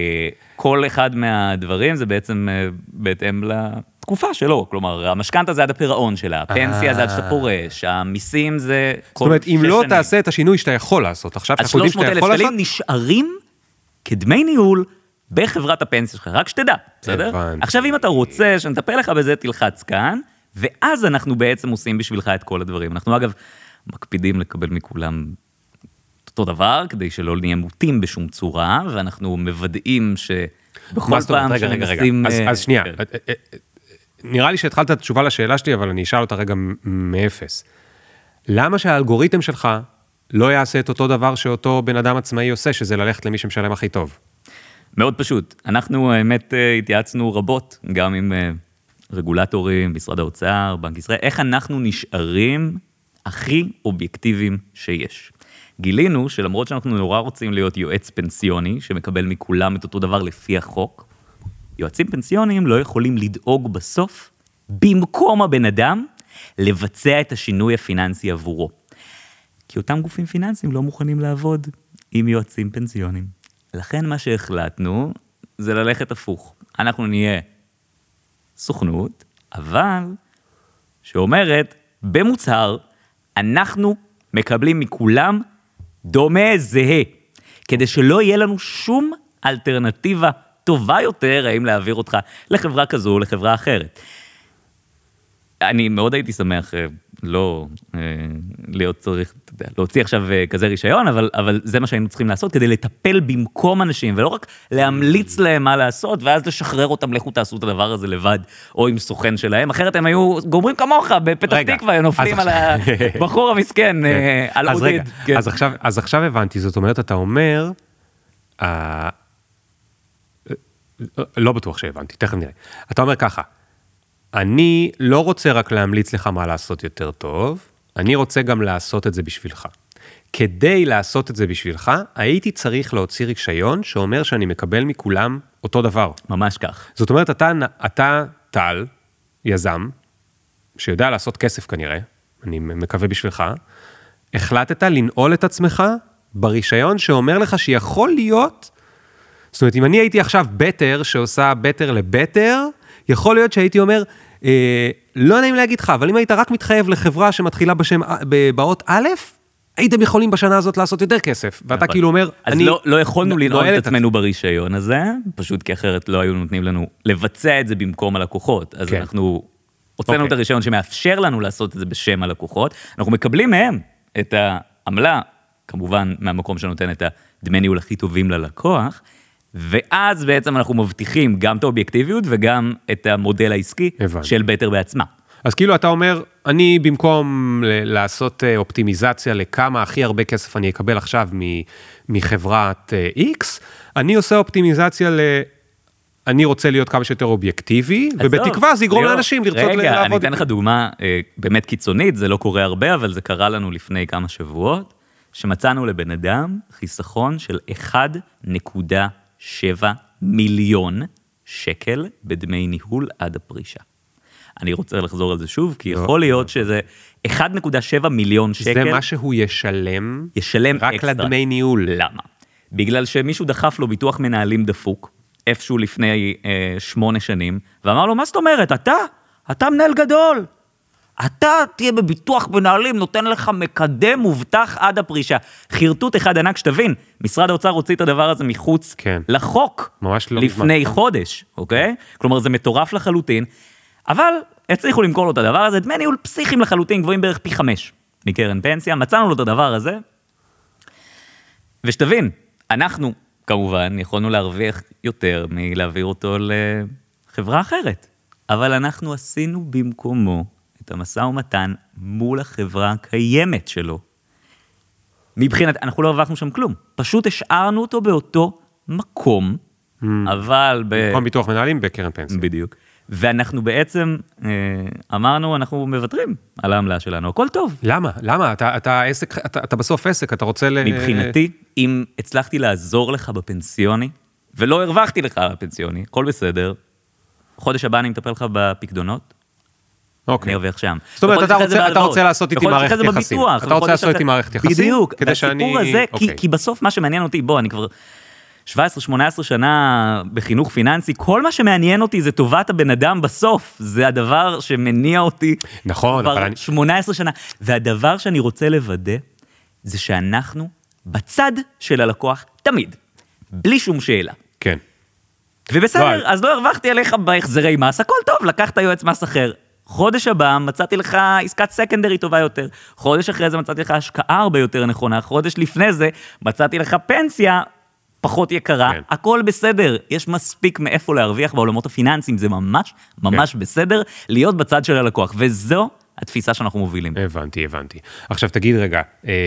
כל אחד מהדברים זה בעצם בהתאם לתקופה שלו. כלומר, המשכנתה זה עד הפירעון שלה, הפנסיה זה עד שאתה פורש, המיסים זה כל זאת אומרת, אם לא תעשה את השינוי שאתה יכול לעשות, עכשיו שאנחנו יודעים שאתה יכול לעשות... אז שלוש מאות אלף שקלים נשארים כדמי ניהול בחברת הפנסיה שלך, רק שתדע, בסדר? עכשיו אם אתה רוצה שנטפל לך בזה, תלחץ כאן, ואז אנחנו בעצם עושים בשבילך את כל הדברים. אנחנו אגב מקפידים לקבל מכולם אותו דבר, כדי שלא נהיה מוטים בשום צורה, ואנחנו מוודאים שבכל פעם שמנסים... אז, אז שנייה, נראה לי שהתחלת את התשובה לשאלה שלי, אבל אני אשאל אותה רגע מאפס. למה שהאלגוריתם שלך לא יעשה את אותו דבר שאותו בן אדם עצמאי עושה, שזה ללכת למי שמשלם הכי טוב? מאוד פשוט. אנחנו, האמת, התייעצנו רבות, גם עם רגולטורים, משרד האוצר, בנק ישראל, איך אנחנו נשארים הכי אובייקטיביים שיש. גילינו שלמרות שאנחנו נורא רוצים להיות יועץ פנסיוני, שמקבל מכולם את אותו דבר לפי החוק, יועצים פנסיוניים לא יכולים לדאוג בסוף, במקום הבן אדם, לבצע את השינוי הפיננסי עבורו. כי אותם גופים פיננסיים לא מוכנים לעבוד עם יועצים פנסיוניים. לכן מה שהחלטנו זה ללכת הפוך. אנחנו נהיה סוכנות, אבל שאומרת, במוצהר, אנחנו מקבלים מכולם דומה זהה, כדי שלא יהיה לנו שום אלטרנטיבה טובה יותר, האם להעביר אותך לחברה כזו או לחברה אחרת. אני מאוד הייתי שמח לא להיות צריך, להוציא עכשיו כזה רישיון, אבל, אבל זה מה שהיינו צריכים לעשות, כדי לטפל במקום אנשים, ולא רק להמליץ להם מה לעשות, ואז לשחרר אותם, לכו תעשו את הדבר הזה לבד, או עם סוכן שלהם, אחרת הם היו גומרים כמוך בפתח תקווה, הם נופלים על הבחור המסכן, על עודד. אז עכשיו הבנתי, זאת אומרת, אתה אומר, לא בטוח שהבנתי, תכף נראה. אתה אומר ככה, אני לא רוצה רק להמליץ לך מה לעשות יותר טוב, אני רוצה גם לעשות את זה בשבילך. כדי לעשות את זה בשבילך, הייתי צריך להוציא רישיון שאומר שאני מקבל מכולם אותו דבר. ממש כך. זאת אומרת, אתה, אתה טל, יזם, שיודע לעשות כסף כנראה, אני מקווה בשבילך, החלטת לנעול את עצמך ברישיון שאומר לך שיכול להיות, זאת אומרת, אם אני הייתי עכשיו בטר שעושה בטר לבטר, יכול להיות שהייתי אומר, אה, לא נעים להגיד לך, אבל אם היית רק מתחייב לחברה שמתחילה בשם, באות א', הייתם יכולים בשנה הזאת לעשות יותר כסף, ואתה כאילו אומר, אז אני... לא, לא יכולנו לנעול את עצמנו ברישיון הזה, פשוט כי אחרת לא היו נותנים לנו לבצע את זה במקום הלקוחות, אז כן. אנחנו הוצאנו okay. את הרישיון שמאפשר לנו לעשות את זה בשם הלקוחות, אנחנו מקבלים מהם את העמלה, כמובן מהמקום שנותן את הדמי ניהול הכי טובים ללקוח, ואז בעצם אנחנו מבטיחים גם את האובייקטיביות וגם את המודל העסקי הבנתי. של בטר בעצמה. אז כאילו אתה אומר, אני במקום לעשות אופטימיזציה לכמה הכי הרבה כסף אני אקבל עכשיו מחברת X, אני עושה אופטימיזציה ל... אני רוצה להיות כמה שיותר אובייקטיבי, ובתקווה זה יגרום לאנשים לרצות לעבוד. רגע, אני אתן לך דוגמה באמת קיצונית, זה לא קורה הרבה, אבל זה קרה לנו לפני כמה שבועות, שמצאנו לבן אדם חיסכון של אחד נקודה שבע מיליון שקל בדמי ניהול עד הפרישה. אני רוצה לחזור על זה שוב, כי יכול להיות שזה אחד נקודה שבע מיליון שקל. זה מה שהוא ישלם, ישלם רק אקסטרה. לדמי ניהול. למה? בגלל שמישהו דחף לו ביטוח מנהלים דפוק, איפשהו לפני אה, שמונה שנים, ואמר לו, מה זאת אומרת? אתה? אתה מנהל גדול. אתה תהיה בביטוח מנהלים, נותן לך מקדם מובטח עד הפרישה. חירטוט אחד ענק שתבין, משרד האוצר הוציא את הדבר הזה מחוץ כן. לחוק, ממש לא לפני מזמן. חודש, אוקיי? כלומר, זה מטורף לחלוטין, אבל הצליחו למכור לו את הדבר הזה, דמי ניהול פסיכיים לחלוטין, גבוהים בערך פי חמש מקרן פנסיה, מצאנו לו את הדבר הזה, ושתבין, אנחנו, כמובן, יכולנו להרוויח יותר מלהעביר אותו לחברה אחרת, אבל אנחנו עשינו במקומו את המשא ומתן מול החברה הקיימת שלו. מבחינת, אנחנו לא הרווחנו שם כלום, פשוט השארנו אותו באותו מקום, mm. אבל ב... מקום ביטוח מנהלים בקרן פנסיה. בדיוק. ואנחנו בעצם אה, אמרנו, אנחנו מוותרים על העמלה שלנו, הכל טוב. למה? למה? אתה, אתה, עסק, אתה, אתה בסוף עסק, אתה רוצה ל... מבחינתי, אם הצלחתי לעזור לך בפנסיוני, ולא הרווחתי לך בפנסיוני, הכל בסדר, חודש הבא אני מטפל לך בפקדונות, אוקיי. אני ארוויח שם. זאת אומרת, אתה רוצה, אתה רוצה לעשות איתי מערכת יחסים. אתה רוצה לעשות איתי מערכת יחסים? בדיוק. והסיפור הזה, כי בסוף מה שמעניין אותי, בוא, אני כבר שבע עשרה שמונה עשרה שנה בחינוך פיננסי, כל מה שמעניין אותי זה טובת הבן אדם בסוף. זה הדבר שמניע אותי כבר שמונה עשרה שנה. והדבר שאני רוצה לוודא, זה שאנחנו בצד של הלקוח תמיד, בלי שום שאלה. כן. ובסדר, אז לא הרווחתי עליך בהחזרי מס, הכל טוב, לקחת יועץ מס אחר. חודש הבא מצאתי לך עסקת סקנדרי טובה יותר, חודש אחרי זה מצאתי לך השקעה הרבה יותר נכונה, חודש לפני זה מצאתי לך פנסיה פחות יקרה, כן. הכל בסדר, יש מספיק מאיפה להרוויח בעולמות הפיננסיים, זה ממש ממש כן. בסדר להיות בצד של הלקוח, וזו התפיסה שאנחנו מובילים. הבנתי, הבנתי. עכשיו תגיד רגע,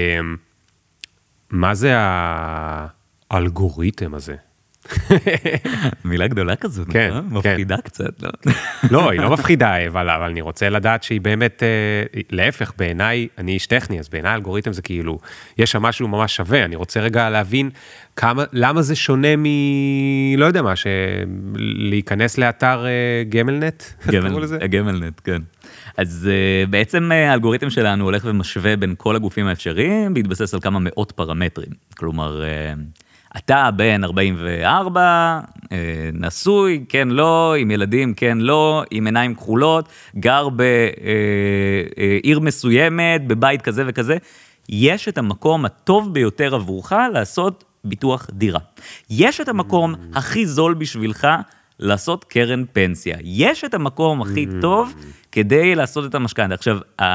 מה זה האלגוריתם הזה? מילה גדולה כזאת, כן, מפחידה קצת, לא? לא, היא לא מפחידה, אבל אני רוצה לדעת שהיא באמת, להפך, בעיניי, אני איש טכני, אז בעיניי האלגוריתם זה כאילו, יש שם משהו ממש שווה, אני רוצה רגע להבין כמה, למה זה שונה מ... לא יודע מה, להיכנס לאתר גמלנט? גמלנט, כן. אז בעצם האלגוריתם שלנו הולך ומשווה בין כל הגופים האפשריים, בהתבסס על כמה מאות פרמטרים, כלומר... אתה בן ארבעים וארבע, נשוי, כן, לא, עם ילדים, כן, לא, עם עיניים כחולות, גר בעיר מסוימת, בבית כזה וכזה. יש את המקום הטוב ביותר עבורך לעשות ביטוח דירה. יש את המקום הכי זול בשבילך לעשות קרן פנסיה. יש את המקום הכי טוב כדי לעשות את המשכנתא. עכשיו,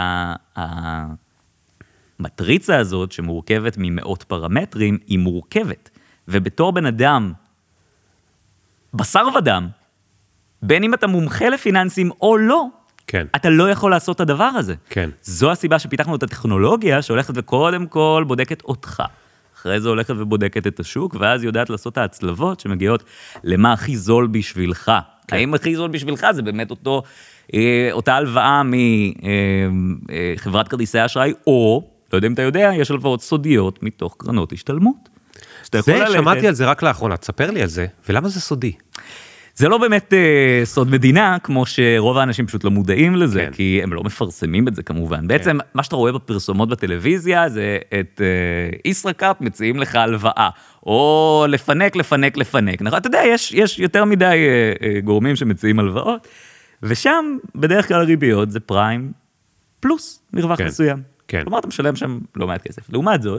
המטריצה הזאת שמורכבת ממאות פרמטרים, היא מורכבת. ובתור בן אדם, בשר ודם, בין אם אתה מומחה לפיננסים או לא, כן. אתה לא יכול לעשות את הדבר הזה. כן. זו הסיבה שפיתחנו את הטכנולוגיה, שהולכת וקודם כל בודקת אותך. אחרי זה הולכת ובודקת את השוק, ואז יודעת לעשות את ההצלבות שמגיעות למה הכי זול בשבילך. כן. האם הכי זול בשבילך זה באמת אותו, אותה הלוואה מחברת כרטיסי אשראי, או, לא יודע אם אתה יודע, יש הלוואות סודיות מתוך קרנות השתלמות. זה, שמעתי על זה רק לאחרונה, תספר לי על זה, ולמה זה סודי? זה לא באמת אה, סוד מדינה, כמו שרוב האנשים פשוט לא מודעים לזה, כן. כי הם לא מפרסמים את זה כמובן. בעצם, כן. מה שאתה רואה בפרסומות בטלוויזיה, זה את אה, ישראכרט מציעים לך הלוואה, או לפנק, לפנק, לפנק. נכון? אתה יודע, יש, יש יותר מדי אה, אה, גורמים שמציעים הלוואות, ושם בדרך כלל הריביות זה פריים פלוס מרווח כן. מסוים. כן. כלומר, אתה משלם שם לא מעט כסף. לעומת זאת,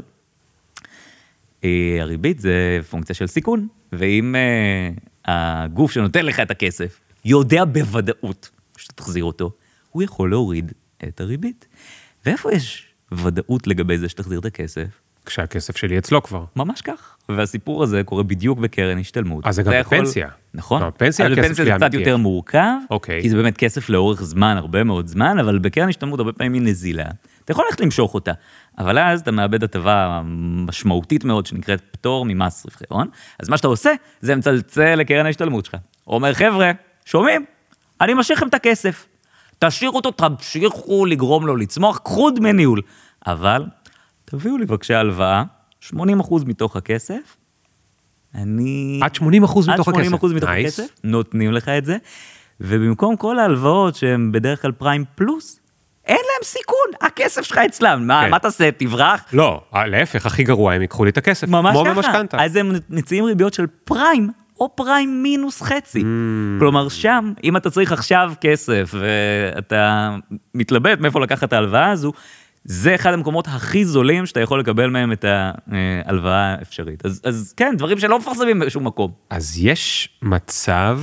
הריבית זה פונקציה של סיכון, ואם uh, הגוף שנותן לך את הכסף יודע בוודאות שאתה תחזיר אותו, הוא יכול להוריד את הריבית. ואיפה יש ודאות לגבי זה שתחזיר את הכסף? כשהכסף שלי אצלו כבר. ממש כך. והסיפור הזה קורה בדיוק בקרן השתלמות. אז זה גם בפנסיה. נכון. לא, בפנסיה הכסף בפנסיה זה קצת יותר מורכב, אוקיי. כי זה באמת כסף לאורך זמן, הרבה מאוד זמן, אבל בקרן השתלמות הרבה פעמים היא נזילה. אתה יכול ללכת למשוך אותה, אבל אז אתה מאבד הטבה משמעותית מאוד, שנקראת פטור ממס רווחי הון. אז מה שאתה עושה, זה מצלצל לקרן ההשתלמות שלך. הוא אומר, חבר'ה, שומעים? אני משאיר לכם את הכסף. תשאירו אותו, תמשיכו לגרום לו לצמוח, קחו דמי ניהול. אבל תביאו לי בבקשה הלוואה, שמונים אחוז מתוך הכסף, אני... עד שמונים אחוז מתוך הכסף. עד שמונים אחוז מתוך הכסף, נותנים לך את זה, ובמקום כל ההלוואות שהן בדרך כלל פריים פלוס, אין להם סיכון, הכסף שלך אצלם, מה, מה תעשה, תברח? לא, להפך, הכי גרוע, הם ייקחו לי את הכסף, ממש כמו ככה. במשכנתא. אז הם מציעים ריביות של פריים, או פריים מינוס חצי. כלומר, שם, אם אתה צריך עכשיו כסף, ואתה מתלבט מאיפה לקחת את ההלוואה הזו, זה אחד המקומות הכי זולים שאתה יכול לקבל מהם את ההלוואה האפשרית. אז, אז כן, דברים שלא מפרסמים בשום מקום. אז יש מצב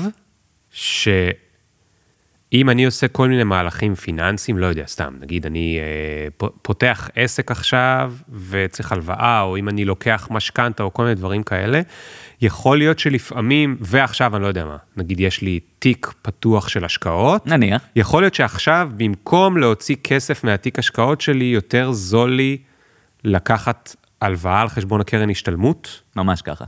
שאם אני עושה כל מיני מהלכים פיננסיים, לא יודע, סתם, נגיד אני אה, פותח עסק עכשיו וצריך הלוואה, או אם אני לוקח משכנתא או כל מיני דברים כאלה, יכול להיות שלפעמים, ועכשיו אני לא יודע מה, נגיד יש לי תיק פתוח של השקעות, נניח. יכול להיות שעכשיו במקום להוציא כסף מהתיק השקעות שלי, יותר זול לי לקחת הלוואה על חשבון הקרן השתלמות? ממש ככה.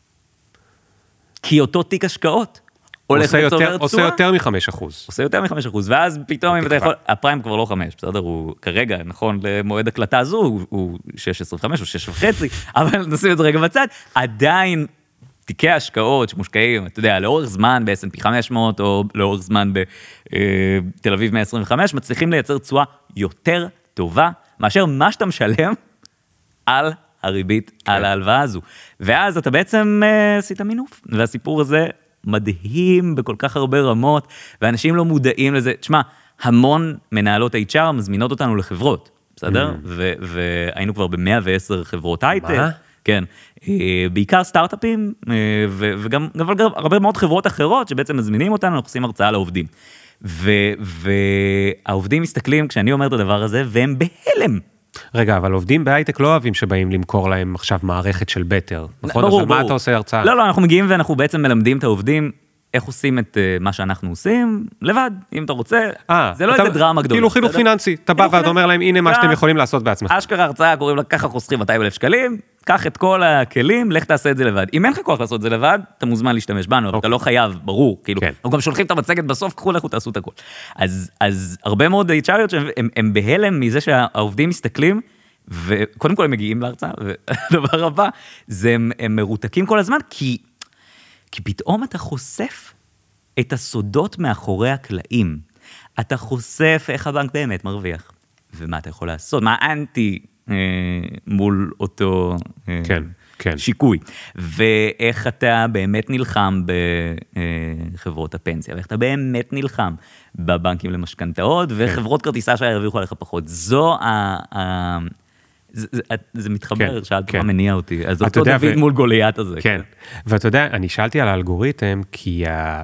כי אותו תיק השקעות עושה יותר, עושה יותר מחמש אחוז. עושה יותר מחמש אחוז, ואז פתאום אם אתה יכול, הפריים כבר לא חמש, בסדר? הוא כרגע, נכון, למועד הקלטה הזו, הוא שש עשרה וחמש או שש וחצי, אבל נשים את זה רגע בצד, עדיין תיקי השקעות שמושקעים, אתה יודע, לאורך זמן ב-אס אנד פי חמש מאות, או לאורך זמן בתל אביב מאה עשרים וחמש, מצליחים לייצר תשואה יותר טובה, מאשר מה שאתה משלם על הריבית, כן. על ההלוואה הזו. ואז אתה בעצם עשית מינוף, והסיפור הזה מדהים בכל כך הרבה רמות, ואנשים לא מודעים לזה. תשמע, המון מנהלות אייץ' אר מזמינות אותנו לחברות, בסדר? ו- והיינו כבר ב-מאה ועשר חברות הייטק. מה? כן. בעיקר סטארט-אפים, ו- וגם אבל גם הרבה מאוד חברות אחרות שבעצם מזמינים אותנו, אנחנו עושים הרצאה לעובדים. והעובדים מסתכלים כשאני אומר את הדבר הזה, והם בהלם. רגע, אבל עובדים בהייטק לא אוהבים שבאים למכור להם עכשיו מערכת של בטר. נכון? ברור, אז ברור. מה אתה עושה הרצאה? לא, לא, אנחנו מגיעים ואנחנו בעצם מלמדים את העובדים, איך עושים את uh, מה שאנחנו עושים, לבד, אם אתה רוצה, 아, זה לא אתה, איזה דרמה גדולה. כאילו חינוך פיננסי, אתה בא ואתה אומר להם, הנה מה שאתם יכולים לעשות בעצמך. אשכרה הרצאה, קוראים לה, ככה חוסכים מאתיים אלף שקלים, קח את כל הכלים, לך תעשה את זה לבד. אם אין לך כוח לעשות את זה לבד, אתה מוזמן להשתמש בנו, אבל אתה לא חייב, ברור, כאילו, אנחנו גם שולחים את המצגת בסוף, קחו לכו, תעשו את הכל. אז, אז הרבה מאוד אייץ' אר'יות שהם הם בהלם מזה שהעובדים מסתכלים, וקודם כל הם מגיעים להרצאה, והדבר הבא, זה הם, הם מרותקים כל הזמן, כי, כי פתאום אתה חושף את הסודות מאחורי הקלעים. אתה חושף איך הבנק באמת מרוויח, ומה אתה יכול לעשות, מה האנטי אה, מול אותו אה, כן, כן. שיקוי, ואיך אתה באמת נלחם בחברות הפנסיה, ואיך אתה באמת נלחם בבנקים למשכנתאות, וחברות כרטיסה שהרוויחו עליך פחות. זו ה... ה זה, זה, זה מתחבר, כן, שאלת כן. מה מניע אותי, אז אותו דוד ו... מול גוליית הזה. כן, ואתה יודע, אני שאלתי על האלגוריתם, כי ה...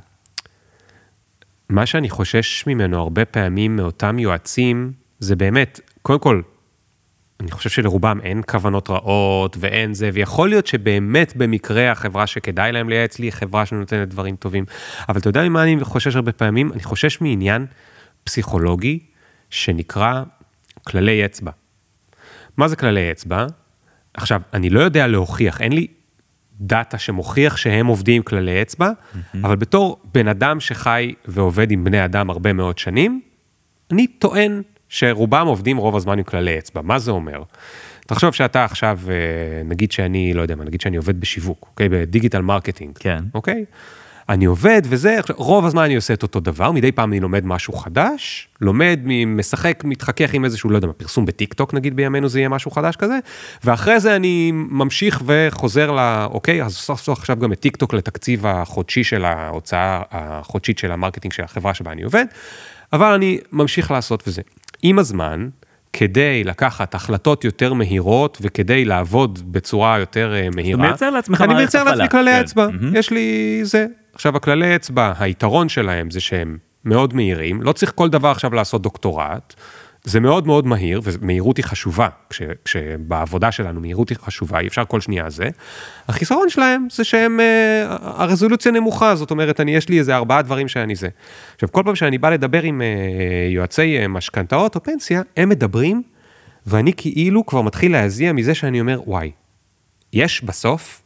מה שאני חושש ממנו הרבה פעמים מאותם יועצים, זה באמת, קודם כל, אני חושב שלרובם אין כוונות רעות ואין זה, ויכול להיות שבאמת במקרה החברה שכדאי להם לייעץ לי, חברה שנותנת דברים טובים, אבל אתה יודע ממה אני חושש הרבה פעמים? אני חושש מעניין פסיכולוגי שנקרא כללי אצבע. מה זה כללי אצבע? עכשיו, אני לא יודע להוכיח, אין לי דאטה שמוכיח שהם עובדים עם כללי אצבע, mm-hmm. אבל בתור בן אדם שחי ועובד עם בני אדם הרבה מאוד שנים, אני טוען שרובם עובדים רוב הזמן עם כללי אצבע. מה זה אומר? תחשוב שאתה עכשיו, נגיד שאני, לא יודע מה, נגיד שאני עובד בשיווק, אוקיי? בדיגיטל מרקטינג. כן. אוקיי? אני עובד וזה, רוב הזמן אני עושה את אותו דבר, מדי פעם אני לומד משהו חדש, לומד, משחק, מתחכך עם איזשהו, לא יודע מה, פרסום בטיק-טוק, נגיד בימינו זה יהיה משהו חדש כזה, ואחרי זה אני ממשיך וחוזר ל, אוקיי, אז סוף סוף עכשיו גם את טיק-טוק לתקציב החודשי של ההוצאה החודשית של המרקטינג של החברה שבה אני עובד, אבל אני ממשיך לעשות וזה. עם הזמן, כדי לקחת החלטות יותר מהירות, וכדי לעבוד בצורה יותר מהירה, אתה מייצר לעצמך אני מייצר לעצמי כללי אצבע, יש לי זה. עכשיו, הכללי אצבע, היתרון שלהם זה שהם מאוד מהירים, לא צריך כל דבר עכשיו לעשות דוקטורט, זה מאוד מאוד מהיר, ומהירות היא חשובה, כש, כשבעבודה שלנו מהירות היא חשובה, אי אפשר כל שנייה זה. החיסרון שלהם זה שהם, הרזולוציה נמוכה, זאת אומרת, אני, יש לי איזה ארבעה דברים שאני זה. עכשיו, כל פעם שאני בא לדבר עם יועצי משכנתאות או פנסיה, הם מדברים, ואני כאילו כבר מתחיל להזיע מזה שאני אומר, וואי, יש בסוף,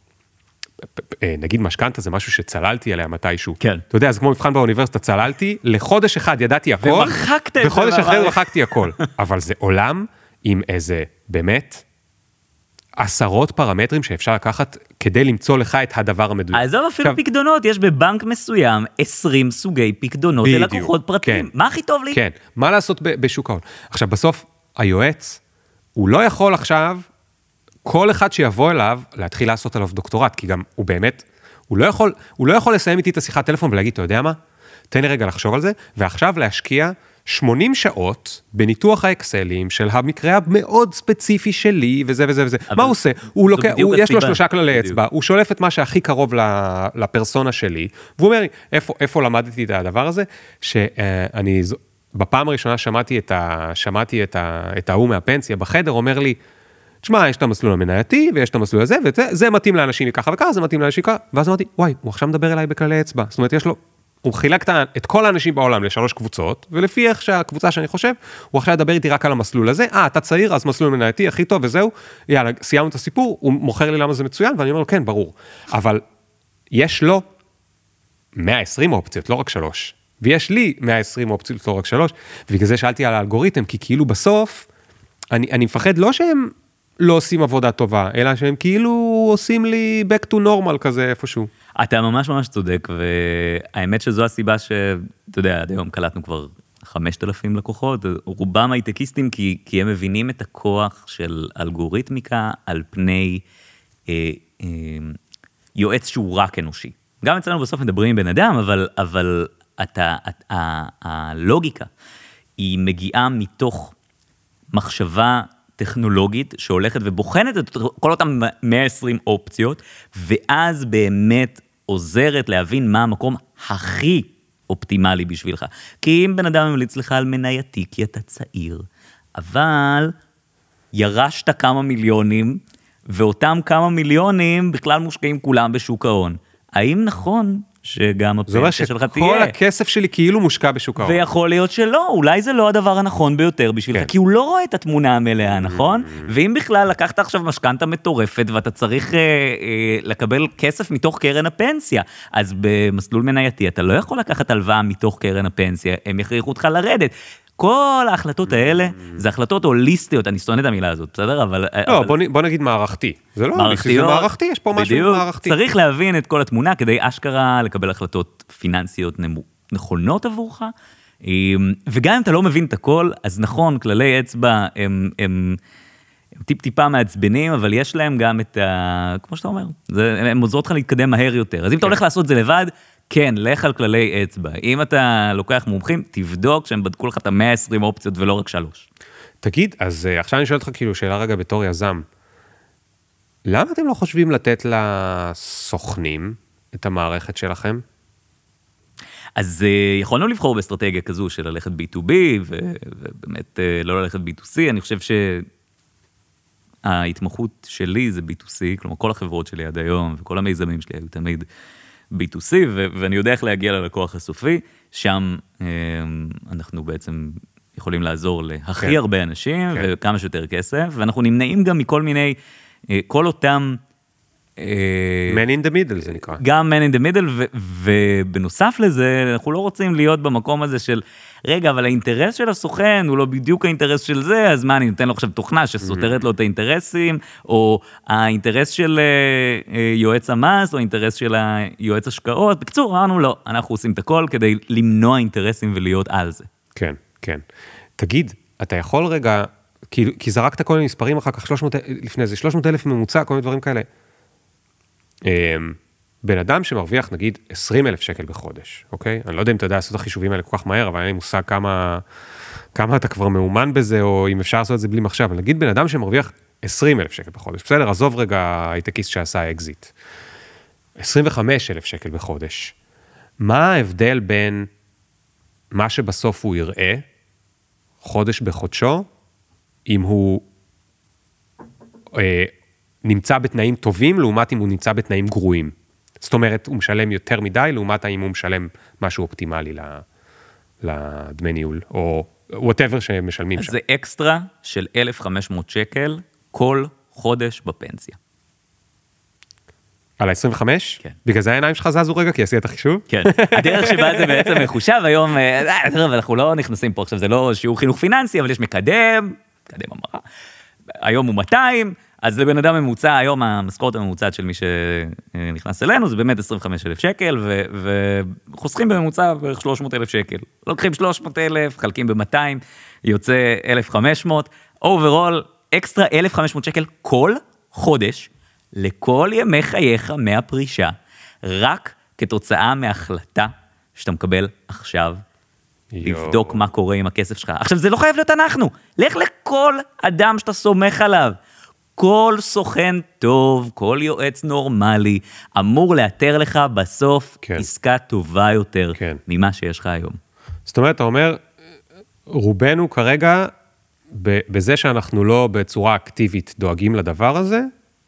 נגיד משכנתה זה משהו שצללתי עליה מתישהו. כן. אתה יודע, אז כמו מבחן באוניברסיטה צללתי, לחודש אחד ידעתי הכל. ומחקת את זה. בחודש אחר מחקתי הכל. אבל זה עולם עם איזה, באמת, עשרות פרמטרים שאפשר לקחת כדי למצוא לך את הדבר המדויק. אז זו אפילו פקדונות, יש בבנק מסוים עשרים סוגי פקדונות ללקוחות פרטיים. מה הכי טוב לי? כן, מה לעשות בשוק ההון? עכשיו, בסוף, היועץ, הוא לא יכול עכשיו כל אחד שיבוא אליו, להתחיל לעשות עליו דוקטורט, כי גם הוא באמת, הוא לא יכול, הוא לא יכול לסיים איתי את השיחת טלפון ולהגיד, אתה יודע מה? תן לי רגע לחשוב על זה, ועכשיו להשקיע שמונים שעות בניתוח האקסלים של המקרה המאוד ספציפי שלי, וזה וזה וזה. מה הוא עושה? הוא לוקח, הוא, יש לו שלושה כללי אצבע, הוא שולף את מה שהכי קרוב לפרסונה שלי, והוא אומר לי, איפה, איפה למדתי את הדבר הזה? שאני, בפעם הראשונה שמעתי את ה, שמעתי את ה, את ההוא מהפנסיה בחדר, אומר לי, תשמע, יש את המסלול המנייתי, ויש את המסלול הזה, וזה מתאים לאנשים ככה וככה, זה מתאים לאנשים ככה, ואז אמרתי, וואי, הוא עכשיו מדבר אליי בכללי אצבע. זאת אומרת, יש לו, הוא חילק את כל האנשים בעולם לשלוש קבוצות, ולפי איך שהקבוצה שאני חושב, הוא עכשיו ידבר איתי רק על המסלול הזה, אה, אתה צעיר, אז מסלול מנייתי, הכי טוב, וזהו, יאללה, סיימנו את הסיפור, הוא מוכר לי למה זה מצוין, ואני אומר לו, כן, ברור. אבל יש לו מאה ועשרים אופציות, לא רק שלוש. ויש לי מאה ועשרים אופציות, לא רק שלוש, ובגלל זה שאלתי על האלגוריתם, כי כאילו בסוף, אני, אני מפחד לא שהם לא עושים עבודה טובה, אלא שהם כאילו עושים לי back to normal כזה איפשהו. אתה ממש ממש צודק, והאמת שזו הסיבה שאתה יודע, עד היום קלטנו כבר חמשת אלפים לקוחות, רובם הייטקיסטים, כי, כי הם מבינים את הכוח של אלגוריתמיקה על פני אה, אה, יועץ שהוא רק אנושי. גם אצלנו בסוף מדברים עם בן אדם, אבל, אבל אתה, ה, ה, הלוגיקה היא מגיעה מתוך מחשבה טכנולוגית שהולכת ובוחנת את כל אותם מאה ועשרים אופציות, ואז באמת עוזרת להבין מה המקום הכי אופטימלי בשבילך. כי אם בן אדם ממליץ לך על מנייתי, כי אתה צעיר, אבל ירשת כמה מיליונים, ואותם כמה מיליונים בכלל מושקעים כולם בשוק ההון. האם נכון שגם הפנסיה שלך תהיה? כל הכסף שלי כאילו מושקע בשוק ההון. ויכול להיות שלא, אולי זה לא הדבר הנכון ביותר בשבילך, כן. כי הוא לא רואה את התמונה המלאה, נכון? Mm-hmm. ואם בכלל לקחת עכשיו משכנתה מטורפת, ואתה צריך אה, אה, לקבל כסף מתוך קרן הפנסיה, אז במסלול מנייתי אתה לא יכול לקחת הלוואה מתוך קרן הפנסיה, הם יכריחו אותך לרדת. כל ההחלטות האלה, זה החלטות הוליסטיות, אני שונא את המילה הזאת, בסדר? אבל... לא, אבל... בוא, בוא נגיד מערכתי. זה לא הוליסטי, זה מערכתי, יש פה משהו בדיוק, מערכתי. צריך להבין את כל התמונה, כדי אשכרה לקבל החלטות פיננסיות נכונות עבורך, וגם אם אתה לא מבין את הכל, אז נכון, כללי אצבע הם, הם, הם טיפ-טיפה מעצבנים, אבל יש להם גם את ה... כמו שאתה אומר, זה, הם עוזרות לך להתקדם מהר יותר. אז אם אתה הולך לעשות זה לבד, כן, לך על כללי אצבע. אם אתה לוקח מומחים, תבדוק שהם בדקו לך את ה-מאה ועשרים אופציות ולא רק שלוש. תגיד, אז עכשיו אני שואל אותך כאילו שאלה רגע בתור יזם, למה אתם לא חושבים לתת לסוכנים את המערכת שלכם? אז יכולנו לבחור באסטרטגיה כזו של ללכת בי טו בי, ובאמת לא ללכת בי טו סי. אני חושב שההתמחות שלי זה בי טו סי, כלומר כל החברות שלי עד היום, וכל המיזמים שלי היו תמיד בי טו סי, ו- ואני יודע איך להגיע ללקוח הסופי, שם אה, אנחנו בעצם יכולים לעזור להכי כן. הרבה אנשים, כן. וכמה שיותר כסף, ואנחנו נמנעים גם מכל מיני, אה, כל אותם... אה, man in the middle זה נקרא. גם man in the middle, ו- ובנוסף לזה, אנחנו לא רוצים להיות במקום הזה של, רגע, אבל האינטרס של הסוכן הוא לא בדיוק האינטרס של זה, אז מה, אני נותן לו עכשיו תוכנה שסותרת לו את האינטרסים, או האינטרס של יועץ המס, או האינטרס של היועץ השקעות. בקצור, אמרנו לא, אנחנו עושים את הכל כדי למנוע אינטרסים ולהיות על זה. כן, כן. תגיד, אתה יכול רגע, כי, כי זרקת כל מיני מספרים אחר כך, שלוש מאות, לפני זה, שלוש מאות אלף ממוצע, כל מיני דברים כאלה. בן אדם שמרוויח נגיד עשרים אלף שקל בחודש, אוקיי? אני לא יודע אם אתה יודע לעשות את החישובים האלה כל כך מהר, אבל אין לי מושג כמה, כמה אתה כבר מאומן בזה, או אם אפשר לעשות את זה בלי מחשב. אבל נגיד בן אדם שמרוויח עשרים אלף שקל בחודש, בסדר, עזוב רגע הייטקיסט שעשה אקזיט. עשרים וחמישה אלף שקל בחודש. מה ההבדל בין מה שבסוף הוא יראה, חודש בחודשו, אם הוא אה, נמצא בתנאים טובים, לעומת אם הוא נמצא בתנאים גרועים? זאת אומרת, הוא משלם יותר מדי, לעומת האם הוא משלם משהו אופטימלי לדמי ניהול, או whatever שמשלמים שם. זה אקסטרה של אלף וחמש מאות שקל כל חודש בפנסיה. על ה-עשרים וחמש? כן. בגלל זה העיניים שלך זזו רגע, כי עשית את החישוב? כן. הדרך שבה זה בעצם מחושב היום, אנחנו לא נכנסים פה עכשיו, זה לא שיעור חינוך פיננסי, אבל יש מקדם, מקדם אמרה, היום הוא מאתיים, אז לבן אדם ממוצע, היום המשכורת הממוצעת של מי שנכנס אלינו, זה באמת עשרים וחמישה אלף שקל, וחוסכים בממוצע בערך שלוש מאות אלף שקל. לוקחים שלוש מאות אלף, חלקים ב-מאתיים, יוצא אלף וחמש מאות, אוברול, אקסטרה אלף וחמש מאות שקל כל חודש, לכל ימי חייך מהפרישה, רק כתוצאה מהחלטה שאתה מקבל עכשיו, לבדוק מה קורה עם הכסף שלך. עכשיו, זה לא חייב להיות אנחנו. לך לכל אדם שאתה סומך עליו. כל סוכן טוב, כל יועץ נורמלי, אמור לאתר לך בסוף כן. עסקה טובה יותר כן. ממה שיש לך היום. זאת אומרת, אתה אומר, רובנו כרגע, בזה שאנחנו לא בצורה אקטיבית דואגים לדבר הזה,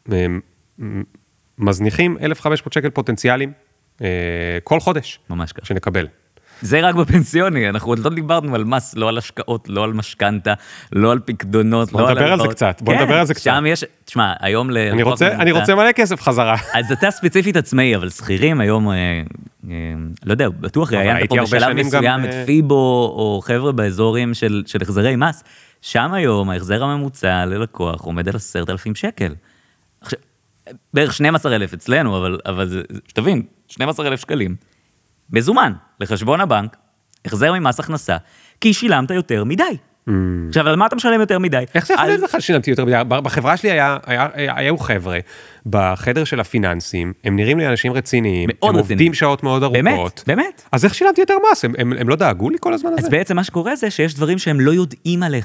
מזניחים אלף וחמש מאות שקל פוטנציאליים כל חודש. ממש כך. שנקבל. זה רק בפנסיוני, אנחנו עוד לא דיברנו על מס, לא על השקעות, לא על משכנתה, לא על פקדונות, בוא נדבר על זה קצת, בוא נדבר על זה קצת. שם יש, תשמע, היום ל... אני רוצה, אני רוצה מלא כסף חזרה. אז אתה ספציפית עצמאי, אבל שכירים היום, לא יודע, בטוח ראיינת פה בשלב מסוים את פיבו, או חבר'ה באזורים של החזרי מס, שם היום ההחזר הממוצע ללקוח עומד על עשרת אלפים שקל. בערך שנים עשר אלף אצלנו, אבל שתבין, שנים עשר אלף שקלים. מזומן לחשבון הבנק, החזר ממס הכנסה, כי שילמת יותר מדי. Mm. עכשיו, על מה אתה משלם יותר מדי? איך זה יכול להיות לך שילמתי יותר מדי? בחברה שלי היה, היה, היו חבר'ה, בחדר של הפיננסים, הם נראים לי אנשים רציניים, הם רציני. עובדים שעות מאוד ארוכות. באמת, באמת. אז איך שילמתי יותר מס? הם, הם, הם לא דאגו לי כל הזמן הזה? אז בעצם מה שקורה זה שיש דברים שהם לא יודעים עליך.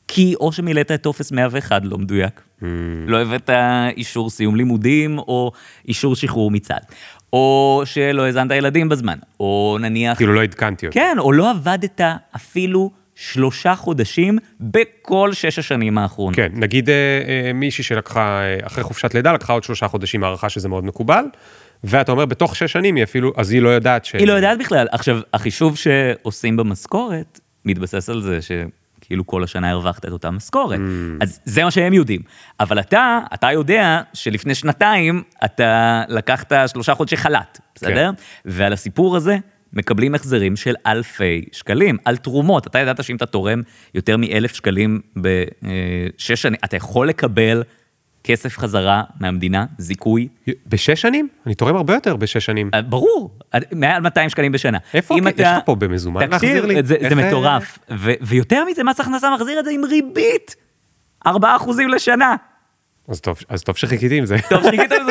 כי או שמילאת את טופס מאה ואחת לא מדויק, mm. לא הבאת אישור סיום לימודים, או אישור שחרור מצד, או שלא הזנת ילדים בזמן, או נניח... כאילו לא עדכנתי אותי. כן, או לא עבדת אפילו שלושה חודשים בכל שש השנים האחרונות. כן, נגיד מישהי שלקחה, אחרי חופשת לידה, לקחה עוד שלושה חודשים הערכה שזה מאוד מקובל, ואתה אומר, בתוך שש שנים היא אפילו, אז היא לא יודעת ש... היא לא יודעת בכלל. עכשיו, החישוב שעושים במשכורת, מתבסס על זה שכאילו כל השנה הרווחת את אותה משכורת. Mm. אז זה מה שהם יודעים. אבל אתה, אתה יודע שלפני שנתיים, אתה לקחת שלושה חודשי חל"ת, בסדר? כן. ועל הסיפור הזה, מקבלים החזרים של אלפי שקלים, על תרומות. אתה ידעת שאם אתה תורם יותר מאלף שקלים בשש שנים, אתה יכול לקבל כסף חזרה מהמדינה, זיכוי. בשש שנים? אני תורם הרבה יותר בשש שנים. ברור, מעל מאתיים שקלים בשנה. איפה? יש לך פה במזומן להחזיר לי? זה מטורף. ויותר מזה, מס הכנסה מחזיר את זה עם ריבית. ארבעה אחוזים לשנה. אז טוב שחיכיתי עם זה. טוב שחיכית עם זה.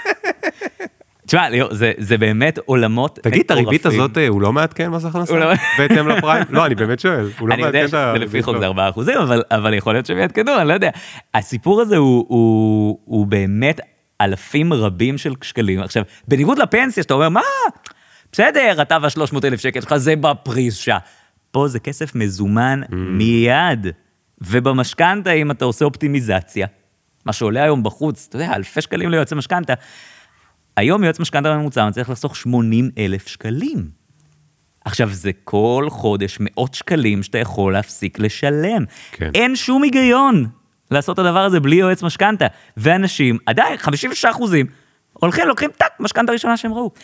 תשמע, זה באמת עולמות... תגיד, את הריבית הזאת הוא לא מעדכן מס הכנסה? בהתאם לפריים? לא, אני באמת שואל. אני יודע שזה לפי חוק זה ארבעה אחוזים, אבל יכול להיות שהם יעדכנו, אני לא יודע. הסיפור הזה הוא באמת אלפים רבים של שקלים. עכשיו, בניגוד לפנסיה, שאתה אומר, מה? בסדר, אתה וה-שלוש מאות אלף שקל שלך, זה בפרישה. פה זה כסף מזומן מיד. ובמשכנתה, אם אתה עושה אופטימיזציה, מה שעולה היום בחוץ, אתה יודע, אלפי שקלים ליועצי משכנתה, היום יועץ משכנתה בממוצע צריך לחסוך שמונים אלף שקלים. עכשיו, זה כל חודש מאות שקלים שאתה יכול להפסיק לשלם. כן. אין שום היגיון לעשות את הדבר הזה בלי יועץ משכנתה. ואנשים, עדיין, חמישים ושש אחוזים, הולכים, לוקחים טק, משכנתה ראשונה שהם ראו.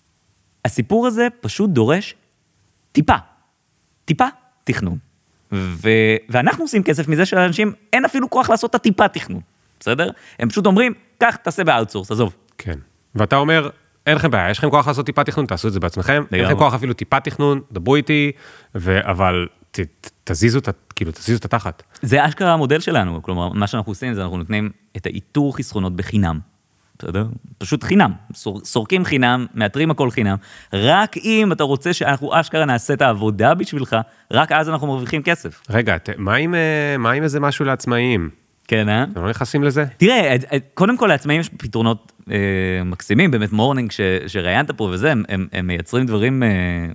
הסיפור הזה פשוט דורש טיפה, טיפה תכנון. ו... ואנחנו עושים כסף מזה שלאנשים אין אפילו כוח לעשות את הטיפה תכנון. בסדר? הם פשוט אומרים, כך תעשה באוטסורס, עזוב. כן. ואתה אומר, אין לכם בעיה, יש לכם כוח לעשות טיפה תכנון, תעשו את זה בעצמכם, אין לכם כוח אפילו טיפה תכנון, דברו איתי, אבל ת, ת, תזיזו, ת, כאילו, תזיזו את התחת. זה אשכרה המודל שלנו, כלומר, מה שאנחנו עושים זה אנחנו נותנים את האיתור חסכונות בחינם, בסדר? פשוט חינם, סור, סורקים חינם, מאתרים הכל חינם, רק אם אתה רוצה שאנחנו אשכרה נעשה את העבודה בשבילך, רק אז אנחנו מרוויחים כסף. רגע, ת, מה עם, מה עם איזה משהו לעצמאים? כן, אה? אתם לא נכנסים לזה? תראה, קודם כל לעצמאים יש פתרונות אה, מקסימים, באמת מורנינג ש, שראיינת פה וזה, הם, הם, הם מייצרים דברים, אה,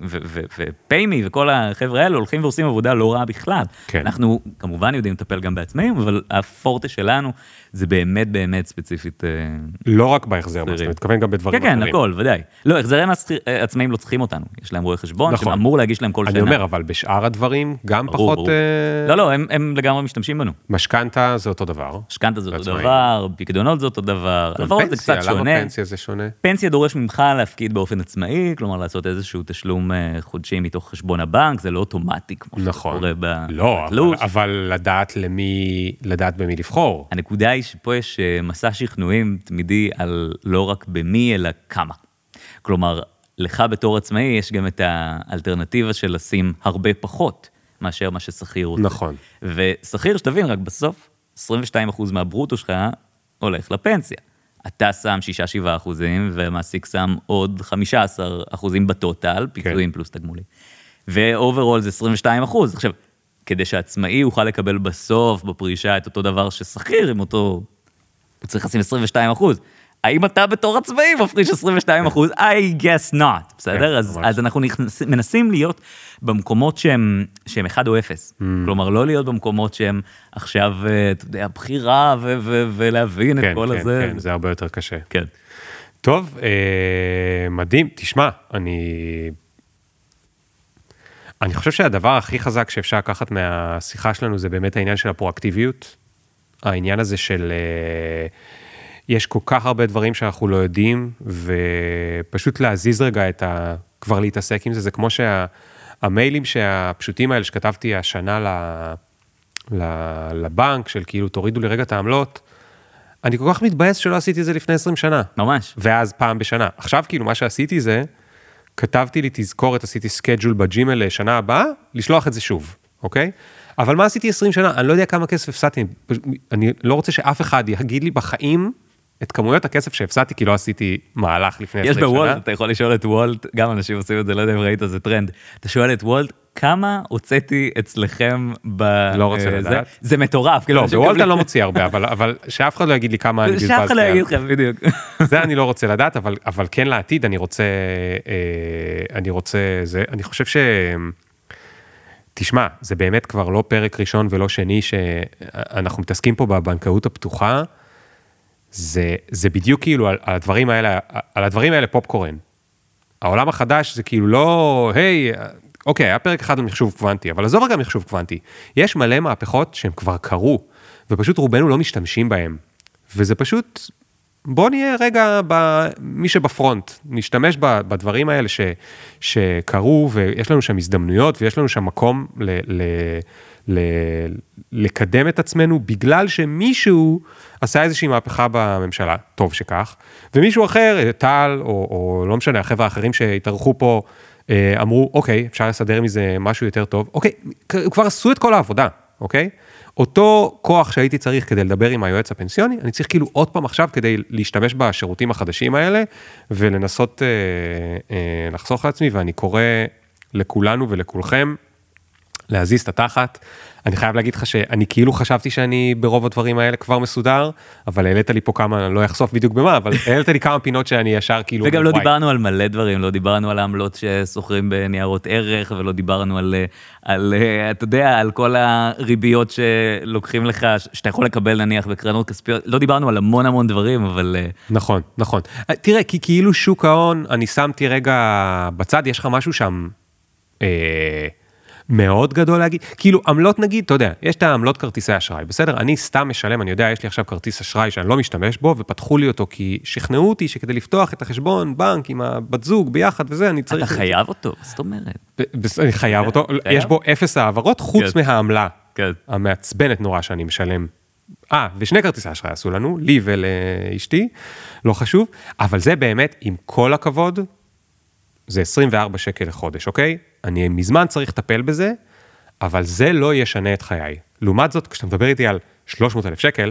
ופיימי וכל החבר'ה האלה הולכים ועושים עבודה לא רעה בכלל. כן. אנחנו כמובן יודעים לטפל גם בעצמאים, אבל הפורטה שלנו זה באמת באמת ספציפית. אה, לא רק בהחזר, מה שאתה מתכוון גם בדברים כן, אחרים. כן, הכל, ודאי. לא, החזרי עצמאים לא צריכים אותנו, יש להם רואה חשבון, נכון. שאמור להגיש להם כל אני שנה. אומר, אבל בשאר הדברים גם ברור, פחות... ברור. אה... לא, לא, הם, הם לגמרי משתמשים בנו. משכנתה זה אותו דבר. משכנתה זה אותו דבר, פיקדונות זה אותו דבר, הלוואות זה קצת שונה. למה פנסיה זה שונה? פנסיה דורש ממך להפקיד באופן עצמאי, כלומר לעשות איזשהו תשלום חודשי מתוך חשבון הבנק, זה לא אוטומטי כמו שקורה בתלוש. לא, אבל, אבל לדעת למי, לדעת במי לבחור. הנקודה היא שפה יש מסע שכנועים תמידי על לא רק במי, אלא כמה. כלומר, לך בתור עצמאי יש גם את האלטרנטיבה של לשים הרבה פחות מאשר מה ששכיר רוצה. נכון. ושכיר, שתבין, רק בסוף, עשרים ושתיים אחוז מהברוטו שלך הולך לפנסיה. אתה שם שישה שבעה אחוזים, והמעסיק שם עוד חמישה עשר אחוזים בטוטל, פיצויים פלוס תגמולים. ואוברול זה עשרים ושתיים אחוז. עכשיו, כדי שהעצמאי יוכל לקבל בסוף, בפרישה, את אותו דבר ששכיר, עם אותו, הוא צריך לשים עשרים ושתיים אחוז. האם אתה בתור עצמאי מפריש עשרים ושתיים אחוז? I guess not, בסדר? אז, אז אנחנו נכנס, מנסים להיות במקומות שהם, שהם אחד או אפס. Mm. כלומר, לא להיות במקומות שהם עכשיו, אתה יודע, בחירה ו- ו- ולהבין כן, את כל כן, הזה. כן, זה הרבה יותר קשה. כן. טוב, אה, מדהים. תשמע, אני... אני חושב שהדבר הכי חזק שאפשר לקחת מהשיחה שלנו זה באמת העניין של הפרואקטיביות. העניין הזה של... אה, יש כל כך הרבה דברים שאנחנו לא יודעים, ופשוט להזיז רגע את ה... כבר להתעסק עם זה, זה כמו שהמיילים שהפשוטים האלה שכתבתי השנה ל... ל... לבנק, של כאילו תורידו לי רגע את העמלות, אני כל כך מתבאס שלא עשיתי זה לפני עשרים שנה. ממש. ואז פעם בשנה. עכשיו כאילו מה שעשיתי זה, כתבתי לי תזכורת, עשיתי סקייג'ול בג'ימל לשנה הבאה, לשלוח את זה שוב, אוקיי? אבל מה עשיתי עשרים שנה? אני לא יודע כמה כסף הפסדתי, אני לא רוצה שאף אחד יגיד לי בחיים, את כמויות הכסף שהפסדתי, כי לא עשיתי מהלך לפני עשרים שנה. יש בוולט, אתה יכול לשאול את וולט, גם אנשים עושים את זה, לא יודע אם ראית, זה טרנד. אתה שואל את וולט, כמה הוצאתי אצלכם ב... לא רוצה לדעת. זה מטורף. לא, בוולט אני לא מוציא הרבה, אבל שאף אחד לא יגיד לי כמה אני בזבזתי. שאף אחד לא יגיד לכם, בדיוק. זה אני לא רוצה לדעת, אבל כן לעתיד אני רוצה, אני רוצה, אני חושב ש... תשמע, זה באמת כבר לא פרק ראשון ולא שני שאנחנו מתעסקים פה בבנקאות הפתוחה, זה, זה בדיוק כאילו על, על הדברים האלה, על הדברים האלה פופקורן. העולם החדש זה כאילו לא, היי, אוקיי, היה פרק אחד על מחשוב קוונטי, אבל עזוב רגע מחשוב קוונטי. יש מלא מהפכות שהם כבר קרו, ופשוט רובנו לא משתמשים בהם. וזה פשוט, בוא נהיה רגע מי שבפרונט, נשתמש בדברים האלה ש, שקרו, ויש לנו שם הזדמנויות, ויש לנו שם מקום ל, ל, ל, לקדם את עצמנו, בגלל שמישהו עשה איזושהי מהפכה בממשלה, טוב שכך, ומישהו אחר, טל, או, או לא משנה, החבר'ה האחרים שהתארחו פה, אמרו, אוקיי, אפשר לסדר מזה משהו יותר טוב, אוקיי, כבר עשו את כל העבודה, אוקיי? אותו כוח שהייתי צריך כדי לדבר עם היועץ הפנסיוני, אני צריך כאילו עוד פעם עכשיו כדי להשתמש בשירותים החדשים האלה, ולנסות אה, אה, לחסוך לעצמי, ואני קורא לכולנו ולכולכם, להזיז את התחת. אני חייב להגיד לך שאני כאילו חשבתי שאני ברוב הדברים האלה כבר מסודר, אבל העלית לי פה כמה, אני לא אחשוף בדיוק במה, אבל העלית לי כמה פינות שאני ישר כאילו... וגם לא דיברנו על מלא דברים, לא דיברנו על העמלות שסוחרים בניירות ערך, ולא דיברנו על, על, אתה יודע, על כל הריביות שלוקחים לך, שאתה יכול לקבל נניח בקרנות כספיות, לא דיברנו על המון המון דברים, אבל... נכון, נכון. תראה, כי כאילו שוק ההון, אני שמתי רגע בצד, יש לך משהו שם... אה, מאוד גדול להגיד, כאילו עמלות נגיד, אתה יודע, יש את העמלות כרטיסי אשראי, בסדר? אני סתם משלם, אני יודע, יש לי עכשיו כרטיס אשראי שאני לא משתמש בו, ופתחו לי אותו, כי שכנעו אותי שכדי לפתוח את החשבון בנק עם הבת זוג ביחד וזה, אני צריך... אתה חייב אותו, זאת אומרת. אני חייב אותו, יש בו אפס העברות, חוץ מהעמלה, המעצבנת נורא שאני משלם. אה, ושני כרטיסי אשראי עשו לנו, לי ולאשתי, לא חשוב, אבל זה באמת, עם כל הכבוד, זה עשרים וארבעה שקל לחודש, אוקיי? אני מזמן צריך לטפל בזה, אבל זה לא ישנה את חיי. לעומת זאת, כשאתה מדבר איתי על שלוש מאות אלף שקל,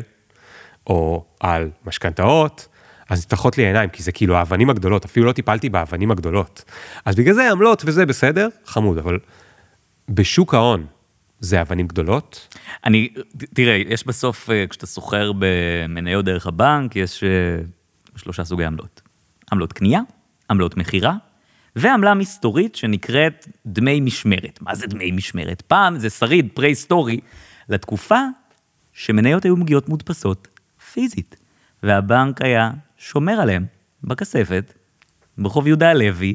או על משכנתאות, אז נפתחות לי העיניים, כי זה כאילו האבנים הגדולות, אפילו לא טיפלתי באבנים הגדולות. אז בגלל זה עמלות וזה בסדר, חמוד, אבל בשוק ההון, זה אבנים גדולות? אני, תראה, יש בסוף, כשאתה סוחר במניות דרך הבנק, יש שלושה סוגי עמלות. עמלות קנייה, עמלות מחירה, ועמלה מסתורית שנקראת דמי משמרת. מה זה דמי משמרת? פעם זה שריד פרה-היסטורי לתקופה שמניות היו מגיעות מודפסות פיזית, והבנק היה שומר עליהם בכספת, ברחוב יהודה הלוי,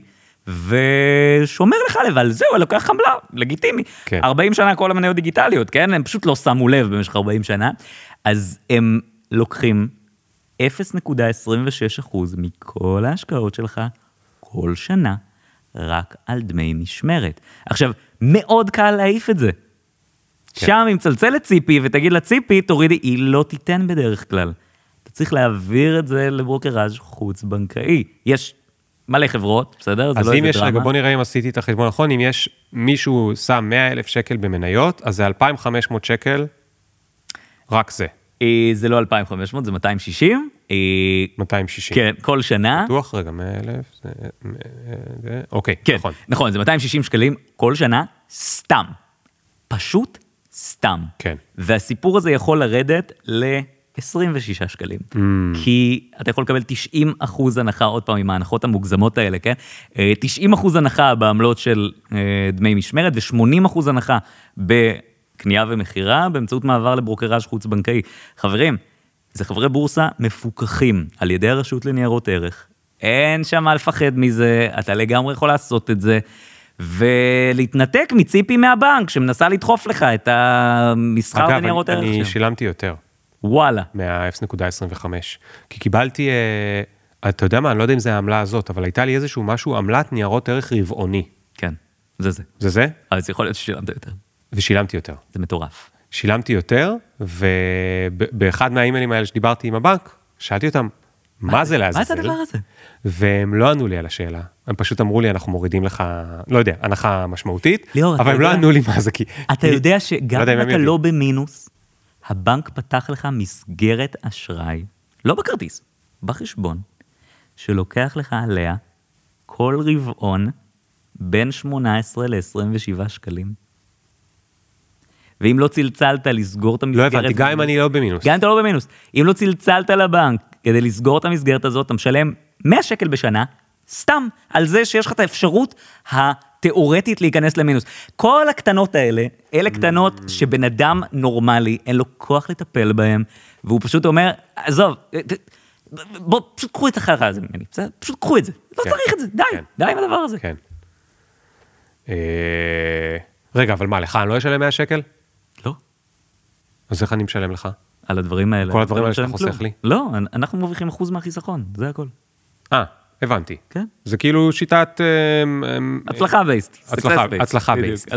ושומר לך לב על זה, הוא לוקח עמלה, לגיטימי. כן. ארבעים שנה כל המניות דיגיטליות, כן? הם פשוט לא שמו לב במשך ארבעים שנה, אז הם לוקחים אפס נקודה עשרים ושש אחוז מכל ההשקעות שלך, כל שנה, רק על דמי משמרת. עכשיו, מאוד קל להעיף את זה. כן. שם אם צלצל לציפי ותגיד לציפי, תורידי, היא לא תיתן בדרך כלל. אתה צריך להעביר את זה לברוקראז' חוץ בנקאי. יש מלא חברות, בסדר? אז אם יש, רגע, בוא נראה אם עשיתי את החשבון נכון, אם יש מישהו שם מאה אלף שקל במניות, אז זה אלפיים וחמש מאות שקל, רק זה. זה לא אלפיים וחמש מאות, זה מאתיים שישים. מאתיים שישים. כן, כל שנה. בטוח, רגע, מאה אלף, זה... אוקיי, כן, נכון. נכון, זה מאתיים שישים שקלים כל שנה, סתם. פשוט סתם. כן. והסיפור הזה יכול לרדת ל-עשרים ושישה שקלים. Mm. כי אתה יכול לקבל תשעים אחוז הנחה, עוד פעם, עם ההנחות המוגזמות האלה, כן? תשעים אחוז הנחה בעמלות של דמי משמרת, ו-שמונים אחוז הנחה בקנייה ומחירה, באמצעות מעבר לברוקראז' חוץ בנקאי. חברים, זה חברי בורסה מפוקחים על ידי הרשות לניירות ערך. אין שם מה לפחד מזה, אתה לגמרי יכול לעשות את זה, ולהתנתק מציפי מהבנק, שמנסה לדחוף לך את המסחר בניירות ערך. אגב, אני שילמתי יותר. וואלה. מה-אפס נקודה עשרים וחמש. כי קיבלתי, אתה יודע מה, אני לא יודע אם זה העמלה הזאת, אבל הייתה לי איזשהו משהו, עמלת ניירות ערך רבעוני. כן, זה זה. זה זה? אז יכול להיות ששילמת יותר. ושילמתי יותר. זה מטורף. שילמתי יותר, ובאחד מהאימיילים האלה שדיברתי עם הבנק, שאלתי אותם, מה זה לעזאזל? מה זה הדבר הזה? והם לא ענו לי על השאלה. הם פשוט אמרו לי, אנחנו מורידים לך, לא יודע, הנחה משמעותית, אבל הם לא ענו לי מה זה, כי... אתה יודע שגם אם אתה לא במינוס, הבנק פתח לך מסגרת אשראי, לא בכרטיס, בחשבון, שלוקח לך עליה כל רבעון בין שמונה עשרה ל-עשרים ושבעה שקלים. ואם לא צלצלת לסגור את המסגרת... לא הבנתי, גם אם אני לא במינוס. גם אם אתה לא במינוס. אם לא צלצלת לבנק כדי לסגור את המסגרת הזאת, אתה משלם מאה שקל בשנה, סתם, על זה שיש לך את האפשרות התיאורטית להיכנס למינוס. כל הקטנות האלה, אלה קטנות שבן אדם נורמלי, אין לו כוח לטפל בהם, והוא פשוט אומר, עזוב, בוא, פשוט קחו את החלכה הזה ממני, פשוט קחו את זה, לא צריך את זה, די, די עם הדבר הזה. כן. רגע, אבל מה, לך אני לא אשלם מאה שקל? לא. אז איך אני משלם לך? על הדברים האלה. כל הדברים האלה שאתה חוסך לי? לא, אנחנו מרוויחים אחוז מהחיסכון, זה הכל. אה, הבנתי. כן. זה כאילו שיטת... הצלחה בייסט. הצלחה, הצלחה בייסט.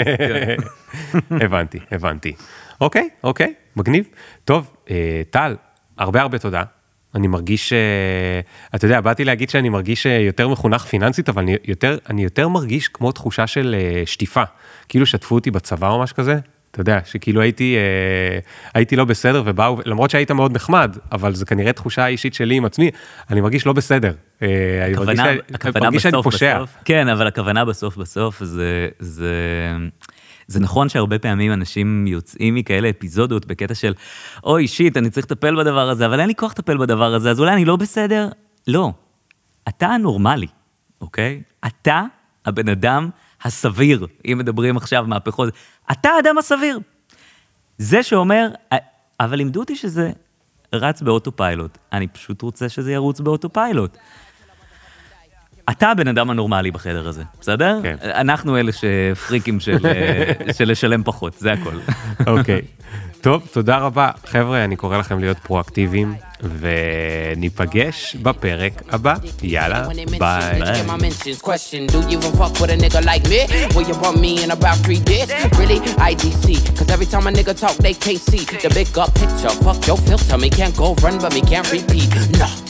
הבנתי, הבנתי. אוקיי, אוקיי, מגניב. טוב, טל, הרבה הרבה תודה. אני מרגיש, אתה יודע, באתי להגיד שאני מרגיש יותר מחונך פיננסית, אבל אני יותר, אני יותר מרגיש כמו תחושה של שטיפה. כאילו שטפו אותי בצבא או משהו כזה. אתה יודע, שכאילו הייתי, הייתי לא בסדר ובאו, למרות שהיית מאוד נחמד, אבל זה כנראה תחושה אישית שלי עם עצמי, אני מרגיש לא בסדר. הכוונה, אני הכוונה מרגיש שאני בסוף, פושע. בסוף, כן, אבל הכוונה בסוף בסוף, זה, זה, זה נכון שהרבה פעמים אנשים יוצאים מכאלה אפיזודות בקטע של, אוי, שיט, אני צריך לטפל בדבר הזה, אבל אין לי כוח לטפל בדבר הזה, אז אולי אני לא בסדר? לא. אתה הנורמלי, אוקיי? אתה הבן אדם הסביר, אם מדברים עכשיו מהפכות, אתה האדם הסביר. זה שאומר, אבל לימדו אותי שזה רץ באוטופיילוט, אני פשוט רוצה שזה ירוץ באוטופיילוט. אתה הבן אדם הנורמלי בחדר הזה, בסדר? כן. אנחנו אלה שפריקים של, של לשלם פחות, זה הכל. אוקיי. טוב, תודה רבה. חבר'ה, אני קורא לכם להיות פרואקטיביים, וניפגש בפרק הבא. יאללה, ביי. Question, do you even fuck with a nigga like me? Will you bump me in about three days? Really? I D C. Cause every time a nigga talk, they can't see the big up picture. Fuck your filter, me can't go run, but me can't repeat. No.